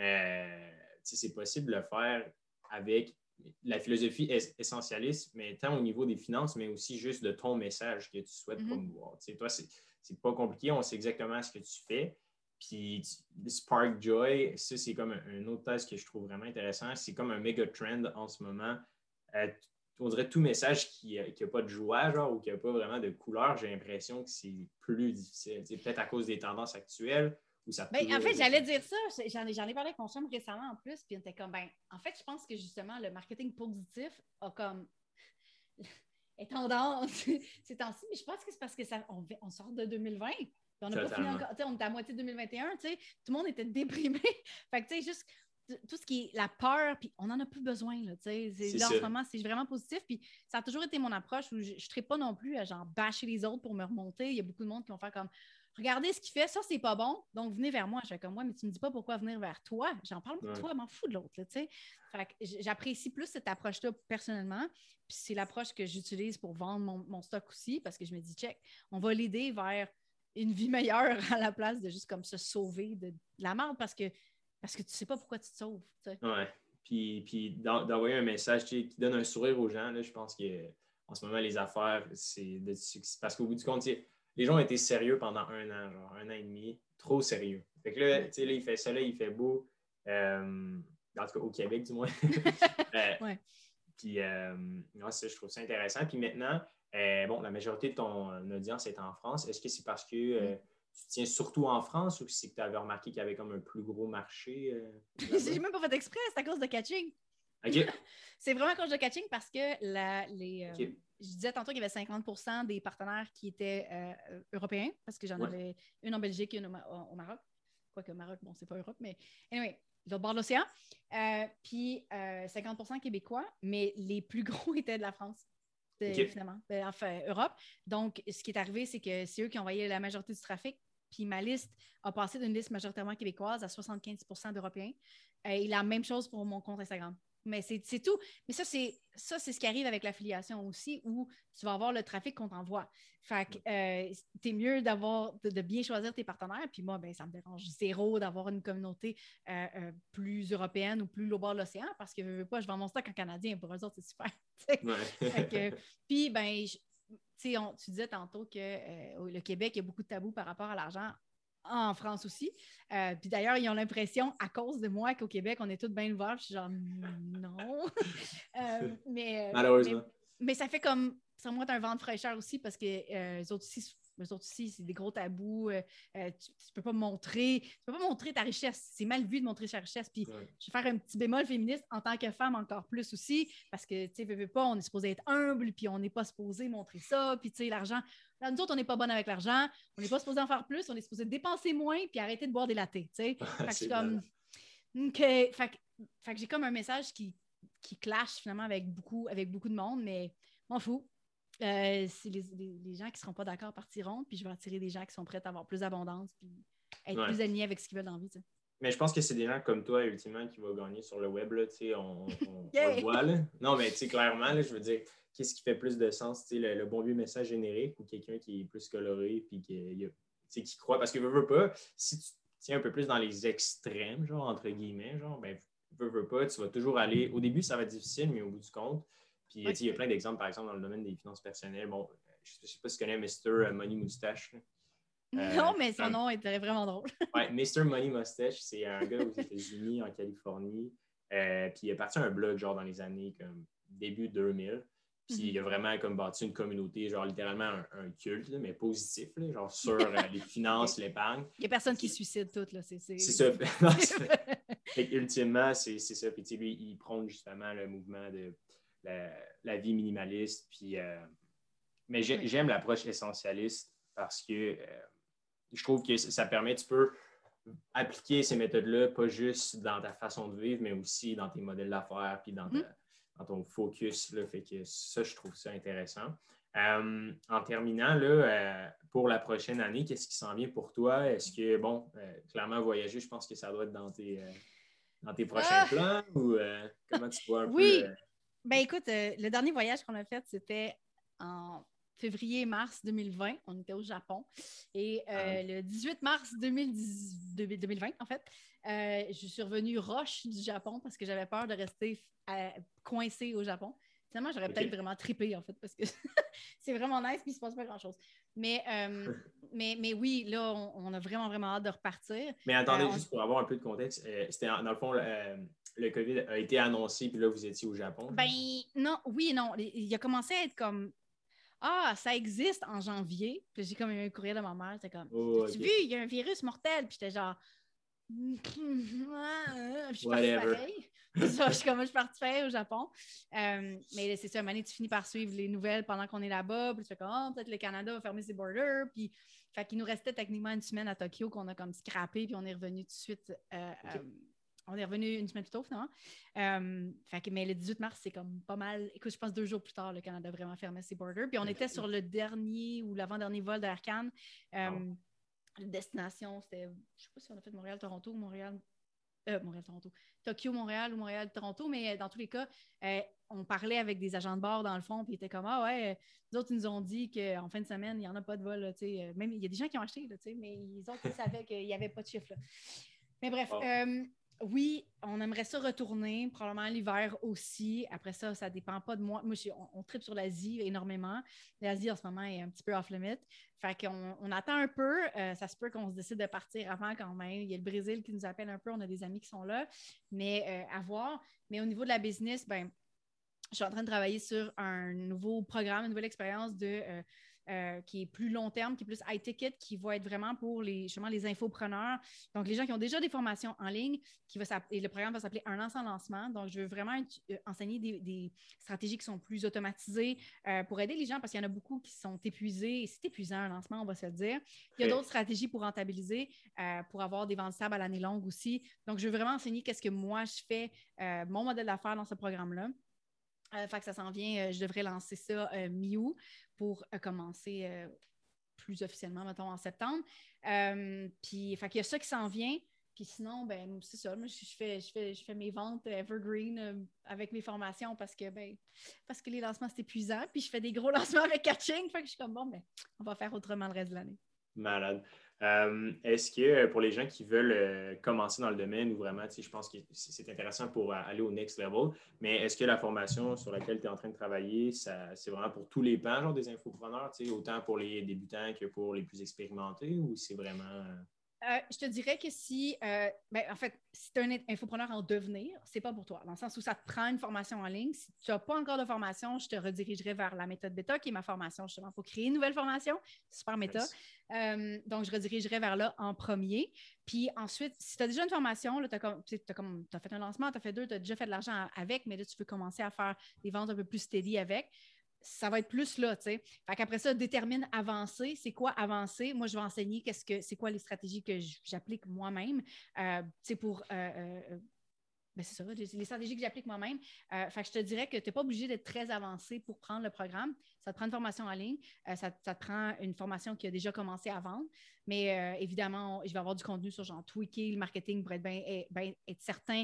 c'est possible de le faire avec la philosophie essentialiste, mais tant au niveau des finances, mais aussi juste de ton message que tu souhaites promouvoir. Toi, c'est pas compliqué, on sait exactement ce que tu fais. Puis Spark Joy, ça, c'est comme un autre thèse que je trouve vraiment intéressant. C'est comme un méga trend en ce moment. On dirait tout message qui n'a pas de joie, genre, ou qui n'a pas vraiment de couleur, j'ai l'impression que c'est plus difficile. Peut-être à cause des tendances actuelles.
En fait, j'allais dire ça. J'en ai parlé avec mon chum récemment en plus, puis on était comme, en fait, je pense que justement, le marketing positif a comme est tendance ces temps-ci, mais je pense que c'est parce que on sort de 2020. On n'a pas fini encore, on est à moitié de 2021, tout le monde était déprimé. Fait que, tu sais, juste tout ce qui est la peur, puis on n'en a plus besoin, là, tu sais. Là, en ce moment, c'est vraiment positif, puis ça a toujours été mon approche où je ne serais pas non plus à, genre, bâcher les autres pour me remonter. Il y a beaucoup de monde qui vont faire comme, regardez ce qu'il fait, ça, c'est pas bon, donc venez vers moi. Je fais comme, ouais, mais tu me dis pas pourquoi venir vers toi. J'en parle pas de toi, m'en fous de l'autre, tu sais. Fait que j'apprécie plus cette approche-là personnellement, puis c'est l'approche que j'utilise pour vendre mon stock aussi, parce que je me dis, check, on va l'aider vers une vie meilleure à la place de juste comme se sauver de la merde parce que tu sais pas pourquoi tu te sauves. T'sais.
Ouais. Puis d'envoyer un message qui donne un sourire aux gens, là, je pense qu'en ce moment, les affaires, c'est parce qu'au bout du compte, les gens ont été sérieux pendant 1 an, genre 1 an et demi, trop sérieux. Fait que là, là il fait soleil, il fait beau, en tout cas au Québec du moins.
Ouais.
Puis je trouve ça intéressant. Puis maintenant, la majorité de ton audience est en France. Est-ce que c'est parce que tu tiens surtout en France ou c'est que tu avais remarqué qu'il y avait comme un plus gros marché?
J'ai même pas fait exprès, c'est à cause de catching.
OK.
C'est vraiment un coach de catching parce que
OK.
je disais tantôt qu'il y avait 50% des partenaires qui étaient européens, parce que j'en avais une en Belgique et une au Maroc. Quoique Maroc, bon, c'est pas Europe, mais anyway, l'autre bord de l'océan. Puis 50% québécois, mais les plus gros étaient de la France. Finalement, enfin, Europe. Donc, ce qui est arrivé, c'est que c'est eux qui ont envoyé la majorité du trafic. Puis ma liste a passé d'une liste majoritairement québécoise à 75% d'Européens. Et la même chose pour mon compte Instagram. Mais c'est tout. Mais ça, c'est ce qui arrive avec l'affiliation aussi, où tu vas avoir le trafic qu'on t'envoie. Fait que t'es mieux de bien choisir tes partenaires. Puis moi, ben, ça me dérange zéro d'avoir une communauté plus européenne ou plus au bord de l'océan parce que je veux pas, je vends mon stock en canadien. Pour eux autres, c'est super. Puis, ben, tu disais tantôt que le Québec, il y a beaucoup de tabous par rapport à l'argent. En France aussi. Puis d'ailleurs, ils ont l'impression, à cause de moi, qu'au Québec, on est tous bien ouverts. Je suis genre, non.
Malheureusement.
Mais ça fait comme, ça moi, un vent de fraîcheur aussi parce que eux autres aussi, c'est des gros tabous. Tu peux pas montrer ta richesse. C'est mal vu de montrer sa richesse. Puis je vais faire un petit bémol féministe en tant que femme encore plus aussi parce que, tu sais, veux pas, on est supposé être humble puis on n'est pas supposé montrer ça. Puis, tu sais, l'argent... Là, nous autres, on n'est pas bonne avec l'argent. On n'est pas supposé en faire plus. On est supposé dépenser moins puis arrêter de boire des lattés, tu sais. Fait que je suis comme... OK. Fait que j'ai comme un message qui clash finalement avec beaucoup de monde, mais m'en fous. C'est les gens qui ne seront pas d'accord partiront, puis je vais attirer des gens qui sont prêts à avoir plus d'abondance puis être plus alignés avec ce qu'ils veulent dans la vie. T'sais.
Mais je pense que c'est des gens comme toi, ultimement, qui vont gagner sur le web. Là, on le voit. Là. Non, mais clairement, là, je veux dire, qu'est-ce qui fait plus de sens? Le bon vieux message générique ou quelqu'un qui est plus coloré puis qui croit? Parce que veux pas, si tu tiens un peu plus dans les extrêmes, genre, entre guillemets, genre, ben, veux pas, tu vas toujours aller. Au début, ça va être difficile, mais au bout du compte. Puis il y a plein d'exemples, par exemple, dans le domaine des finances personnelles. Bon, je ne sais pas si tu connais Mr. Money Moustache.
Non, mais son nom était vraiment drôle.
Oui, Mr. Money Mustache, c'est un gars aux États-Unis, en Californie. Puis il est parti un blog genre dans les années comme début 2000. Puis il a vraiment comme bâti une communauté, genre littéralement un culte, là, mais positif, là, genre sur les finances, l'épargne.
Il n'y a personne qui se suicide tout, là. C'est
ça. Ultimement, c'est ça. Puis lui, il prône justement le mouvement de la vie minimaliste. Puis, mais j'aime l'approche essentialiste parce que je trouve que ça permet, tu peux appliquer ces méthodes-là, pas juste dans ta façon de vivre, mais aussi dans tes modèles d'affaires, puis dans ton focus. Là, fait que ça, je trouve ça intéressant. En terminant, là, pour la prochaine année, qu'est-ce qui s'en vient pour toi? Est-ce que, clairement, voyager, je pense que ça doit être dans tes prochains plans ou comment tu vois un peu?
Oui, ben écoute, le dernier voyage qu'on a fait, c'était en février-mars 2020. On était au Japon. Et le 18 mars 2020, en fait, je suis revenue roche du Japon parce que j'avais peur de rester coincée au Japon. Finalement, j'aurais peut-être vraiment trippé, en fait, parce que c'est vraiment nice, puis il ne se passe pas grand-chose. Mais oui, là, on a vraiment, vraiment hâte de repartir.
Mais attendez, juste pour avoir un peu de contexte, c'était dans le fond, le COVID a été annoncé, puis là, vous étiez au Japon?
Ben, non, oui et non. Il a commencé à être comme... Ah, ça existe en janvier. Puis j'ai comme eu un courriel de ma mère. C'était comme, as-tu vu, il y a un virus mortel. Puis j'étais genre, je suis partie pareil. Je suis partie pareil au Japon. Mais c'est ça, tu finis par suivre les nouvelles pendant qu'on est là-bas. Puis tu fais comme, peut-être le Canada va fermer ses borders. Puis, fait qu'il nous restait techniquement une semaine à Tokyo qu'on a comme scrappé. Puis on est revenu tout de suite. On est revenu une semaine plus tôt, finalement. Mais le 18 mars, c'est comme pas mal. Écoute, je pense 2 jours plus tard, le Canada a vraiment fermé ses borders. Puis on était sur le dernier ou l'avant-dernier vol d'Air Canada. La destination, c'était, je ne sais pas si on a fait Montréal-Toronto ou Montréal-Toronto. Tokyo-Montréal ou Montréal-Toronto, mais dans tous les cas, on parlait avec des agents de bord dans le fond, puis ils étaient comme, nous autres, ils nous ont dit qu'en fin de semaine, il n'y en a pas de vol. Là, même il y a des gens qui ont acheté, là, mais ils savaient qu'il n'y avait pas de chiffre. Là. Mais bref, oui, on aimerait ça retourner, probablement l'hiver aussi. Après ça, ça ne dépend pas de moi. Moi, on tripe sur l'Asie énormément. L'Asie, en ce moment, est un petit peu off-limit. Fait qu'on attend un peu. Ça se peut qu'on se décide de partir avant quand même. Il y a le Brésil qui nous appelle un peu. On a des amis qui sont là. Mais à voir. Mais au niveau de la business, je suis en train de travailler sur un nouveau programme, une nouvelle expérience de qui est plus long terme, qui est plus high ticket, qui va être vraiment pour justement les infopreneurs. Donc, les gens qui ont déjà des formations en ligne, et le programme va s'appeler Un an sans lancement. Donc, je veux vraiment enseigner des stratégies qui sont plus automatisées pour aider les gens parce qu'il y en a beaucoup qui sont épuisés. Et c'est épuisant un lancement, on va se le dire. Il y a d'autres stratégies pour rentabiliser, pour avoir des ventes stables à l'année longue aussi. Donc, je veux vraiment enseigner qu'est-ce que moi je fais, mon modèle d'affaires dans ce programme-là. Fait que ça s'en vient, je devrais lancer ça mi-août pour commencer plus officiellement, mettons, en septembre. Puis, fait qu'il y a ça qui s'en vient. Puis sinon, ben c'est ça. Moi, je fais mes ventes evergreen avec mes formations parce que les lancements, c'est épuisant. Puis je fais des gros lancements avec catching. Fait que je suis comme, on va faire autrement le reste de l'année.
Malade. Est-ce que pour les gens qui veulent commencer dans le domaine ou vraiment, je pense que c'est intéressant pour aller au next level, mais est-ce que la formation sur laquelle tu es en train de travailler, c'est vraiment pour tous les pans, genre des infopreneurs, autant pour les débutants que pour les plus expérimentés ou c'est vraiment…
Je te dirais que si tu es un infopreneur en devenir, c'est pas pour toi, dans le sens où ça te prend une formation en ligne. Si tu n'as pas encore de formation, je te redirigerai vers la méthode bêta, qui est ma formation justement pour créer une nouvelle formation, super méta. Nice. Donc, je redirigerai vers là en premier. Puis ensuite, si tu as déjà une formation, tu as fait un lancement, tu as fait 2, tu as déjà fait de l'argent avec, mais là, tu veux commencer à faire des ventes un peu plus steady avec. Ça va être plus là, tu sais. Fait qu'après ça, détermine avancer. C'est quoi avancer? Moi, je vais enseigner c'est quoi les stratégies que j'applique moi-même. Pour c'est ça, les stratégies que j'applique moi-même. Fait que je te dirais que tu n'es pas obligé d'être très avancé pour prendre le programme. Ça te prend une formation en ligne. Ça te prend une formation qui a déjà commencé à vendre. Mais évidemment, je vais avoir du contenu sur genre tweaker le marketing pour être certain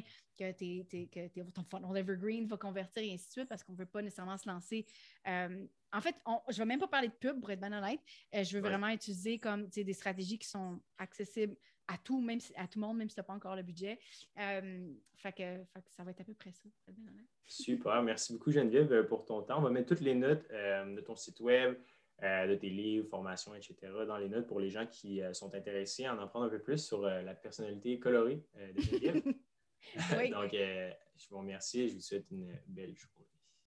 que ton funnel evergreen va convertir et ainsi de suite parce qu'on ne veut pas nécessairement se lancer. En fait, je ne vais même pas parler de pub pour être bien honnête. Je veux vraiment utiliser comme des stratégies qui sont accessibles à tout le monde, même si tu n'as pas encore le budget. Fait que ça va être à peu près ça.
Super. Merci beaucoup, Geneviève, pour ton temps. On va mettre toutes les notes de ton site web, de tes livres, formations, etc. dans les notes pour les gens qui sont intéressés à en apprendre un peu plus sur la personnalité colorée de Geneviève. Oui. Donc, je vous remercie et je vous souhaite une belle journée.